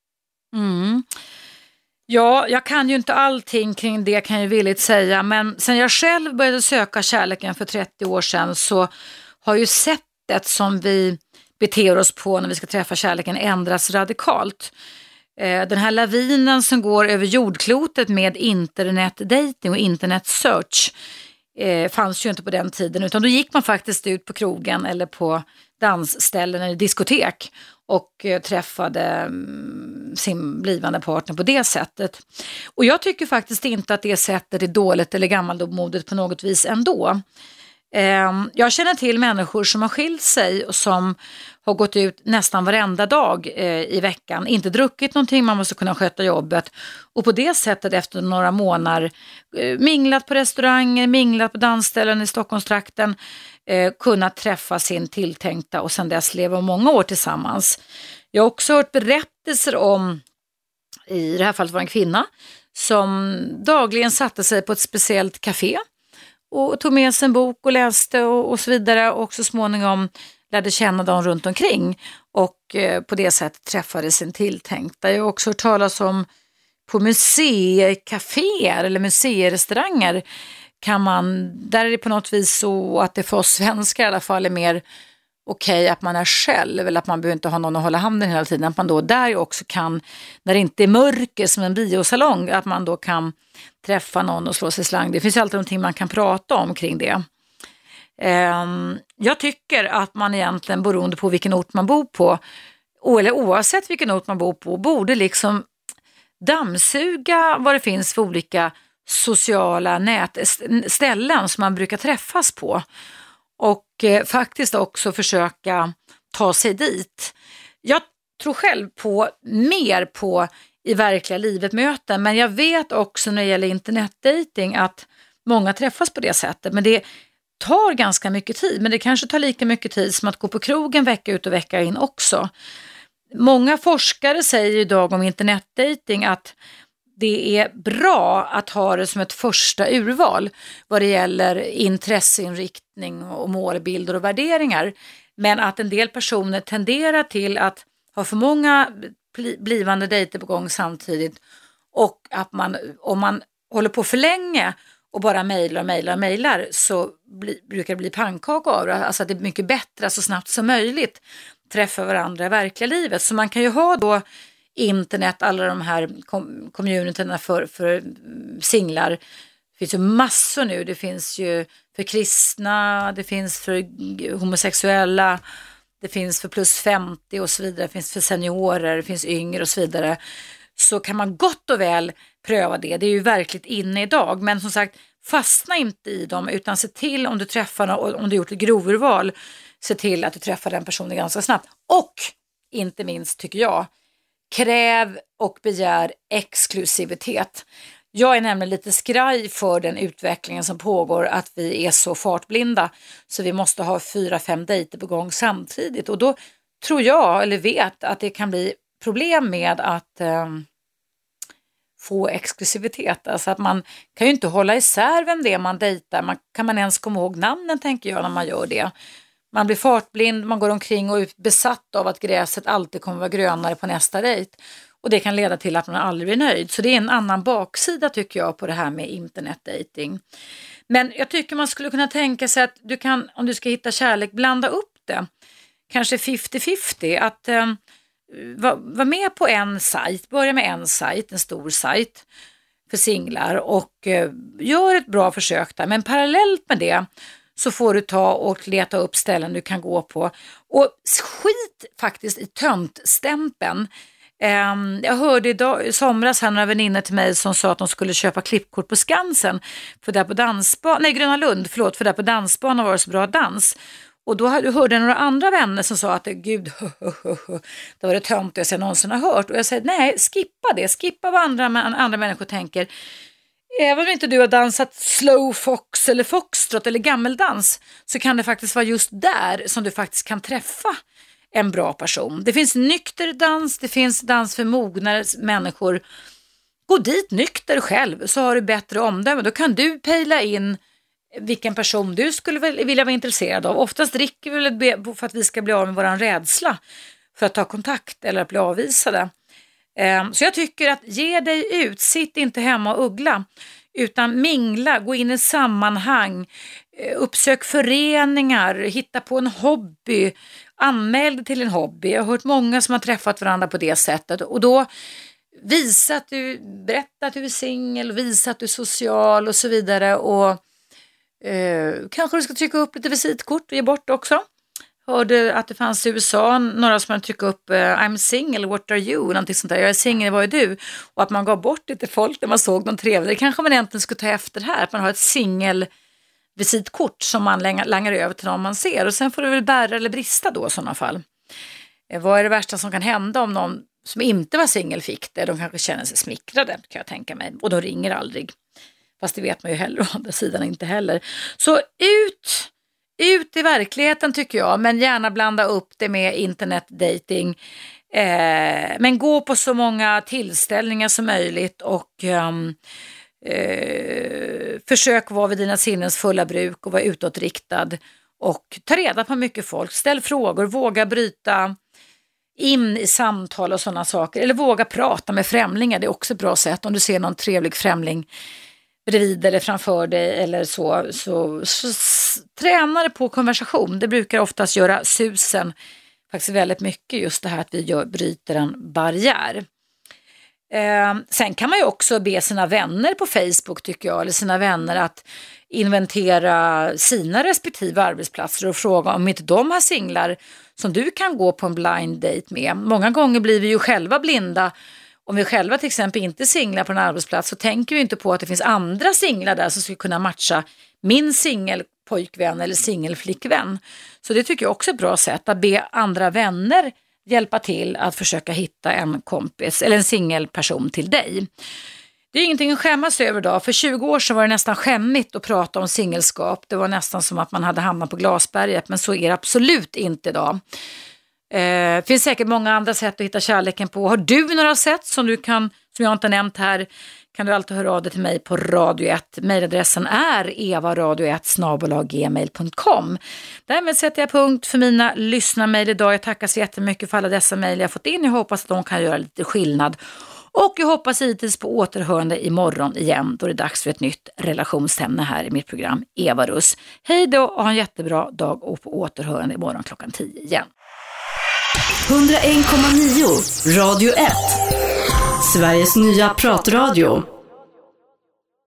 Ja, jag kan ju inte allting kring det, kan jag villigt säga, men sen jag själv började söka kärleken för 30 år sedan så har ju sättet som vi beter oss på när vi ska träffa kärleken ändras radikalt. Den här lavinen som går över jordklotet med internetdating och internetsearch fanns ju inte på den tiden, utan då gick man faktiskt ut på krogen eller på dansställen eller diskotek och träffade sin blivande partner på det sättet. Och jag tycker faktiskt inte att det sättet är dåligt eller gammalmodigt på något vis ändå. Jag känner till människor som har skilt sig och som har gått ut nästan varenda dag i veckan, inte druckit någonting, man måste kunna sköta jobbet och på det sättet efter några månader minglat på restauranger, minglat på dansställen i Stockholmstrakten, kunnat träffa sin tilltänkta och sedan dess leva många år tillsammans. Jag har också hört berättelser om, i det här fallet var en kvinna som dagligen satte sig på ett speciellt café och tog med sig en bok och läste och så vidare och så småningom lärde känna dem runt omkring och på det sättet träffade sin tilltänkta. Jag har också hört talas om på museikaféer eller museirestauranger där är det på något vis så att det för oss svenskar i alla fall är mer okej att man är själv eller att man behöver inte ha någon att hålla handen hela tiden. Att man då där också kan, när det inte är mörker som en biosalong, att man då kan träffa någon och slå sig slang. Det finns ju alltid någonting man kan prata om kring det. Jag tycker att man egentligen beroende på vilken ort man bor på eller oavsett vilken ort man bor på borde liksom dammsuga vad det finns för olika sociala ställen som man brukar träffas på och faktiskt också försöka ta sig dit. Jag tror själv mer på i verkliga livet möten, men jag vet också när det gäller internetdating att många träffas på det sättet, men det tar ganska mycket tid, men det kanske tar lika mycket tid som att gå på krogen vecka ut och vecka in också. Många forskare säger idag om internetdating att det är bra att ha det som ett första urval vad det gäller intresseinriktning och målbilder och värderingar, men att en del personer tenderar till att ha för många blivande dejter på gång samtidigt och att om man håller på för länge och bara mejlar så brukar det bli pannkaka av det. Alltså att det är mycket bättre så snabbt som möjligt träffa varandra i verkliga livet. Så man kan ju ha då internet, alla de här communityna för singlar. Det finns ju massor nu. Det finns ju för kristna, det finns för homosexuella, det finns för plus 50 och så vidare. Det finns för seniorer, det finns yngre och så vidare. Så kan man gott och väl pröva det. Det är ju verkligt inne idag. Men som sagt, fastna inte i dem utan se till om du träffar om du gjort ett grovurval, se till att du träffar den personen ganska snabbt. Och inte minst tycker jag, kräv och begär exklusivitet. Jag är nämligen lite skraj för den utvecklingen som pågår att vi är så fartblinda så vi måste ha 4-5 dejter på gång samtidigt och då tror jag eller vet att det kan bli problem med att få exklusivitet. Alltså att man kan ju inte hålla isär vem det är man dejtar. Kan man ens komma ihåg namnen tänker jag när man gör det. Man blir fartblind, man går omkring och är besatt av att gräset alltid kommer vara grönare på nästa dejt. Och det kan leda till att man aldrig blir nöjd. Så det är en annan baksida tycker jag på det här med internetdating. Men jag tycker man skulle kunna tänka sig att du kan, om du ska hitta kärlek, blanda upp det. Kanske 50-50. Att vara med på en sajt, börja med en sajt, en stor sajt för singlar och gör ett bra försök där. Men parallellt med det så får du ta och leta upp ställen du kan gå på. Och skit faktiskt i töntstämpeln. Jag hörde i somras här några vänner till mig som sa att de skulle köpa klippkort på Skansen för där på Gröna Lund, för där på dansbanan var det så bra dans. Och då hörde jag några andra vänner som sa att gud, det var det töntigaste jag någonsin har hört. Och jag säger nej, skippa det. Skippa vad andra människor tänker. Även om inte du har dansat slow fox eller foxtrot eller gammeldans så kan det faktiskt vara just där som du faktiskt kan träffa en bra person. Det finns nykter dans, det finns dans för mognare människor. Gå dit nykter själv så har du bättre omdöme. Då kan du pejla in vilken person du skulle vilja vara intresserad av. Oftast dricker vi väl för att vi ska bli av med våran rädsla för att ta kontakt eller att bli avvisade. Så jag tycker att ge dig ut, sitt inte hemma och uggla utan mingla, gå in i sammanhang, uppsök föreningar, hitta på en hobby, anmäl dig till en hobby. Jag har hört många som har träffat varandra på det sättet och då berätta att du är singel, visa att du är social och så vidare och Kanske du ska trycka upp lite visitkort och ge bort också. Hörde att det fanns i USA några som hade tryckt upp I'm single, what are you? Någonting sånt där. Jag är singel, vad är du? Och att man gav bort lite folk när man såg någon trevlig. Det kanske man egentligen skulle ta efter här. Att man har ett singelvisitkort som man langar över till någon man ser. Och sen får det väl bära eller brista då i sådana fall. Vad är det värsta som kan hända om någon som inte var singel fick det? De kanske känner sig smickrade, kan jag tänka mig. Och de ringer aldrig. Fast det vet man ju heller, å andra sidan inte heller. Så ut i verkligheten tycker jag, men gärna blanda upp det med internetdating. Men gå på så många tillställningar som möjligt och försök vara vid dina sinnens fulla bruk och vara utåtriktad och ta reda på mycket folk. Ställ frågor, våga bryta in i samtal och sådana saker. Eller våga prata med främlingar, det är också ett bra sätt. Om du ser någon trevlig främling bredvid eller framför dig eller så tränar det på konversation. Det brukar oftast göra susen faktiskt väldigt mycket, just det här att vi bryter en barriär. Sen kan man ju också be sina vänner på Facebook tycker jag, eller sina vänner att inventera sina respektive arbetsplatser och fråga om inte de har singlar som du kan gå på en blind date med. Många gånger blir vi ju själva blinda. Om vi själva till exempel inte singlar på en arbetsplats så tänker vi inte på att det finns andra singlar där som skulle kunna matcha min singelpojkvän eller singelflickvän. Så det tycker jag också är ett bra sätt att be andra vänner hjälpa till att försöka hitta en kompis eller en singelperson till dig. Det är ingenting att skämmas över idag. För 20 år sedan var det nästan skämmigt att prata om singelskap. Det var nästan som att man hade hamnat på glasberget, men så är det absolut inte idag. Det finns säkert många andra sätt att hitta kärleken på. Har du några sätt som jag inte nämnt här, kan du alltid höra av dig till mig på Radio 1. Mejladressen är evaradio1@gmail.com. Därmed sätter jag punkt för mina lyssnarmejl idag. Jag tackar så jättemycket för alla dessa mejl jag fått in. Jag hoppas att de kan göra lite skillnad. Och jag hoppas hittills på återhörande imorgon igen, då det är dags för ett nytt relationsämne här i mitt program Eva Russ. Hej då och ha en jättebra dag och på återhörande imorgon 10:00 igen. 101,9 Radio 1 Sveriges nya pratradio.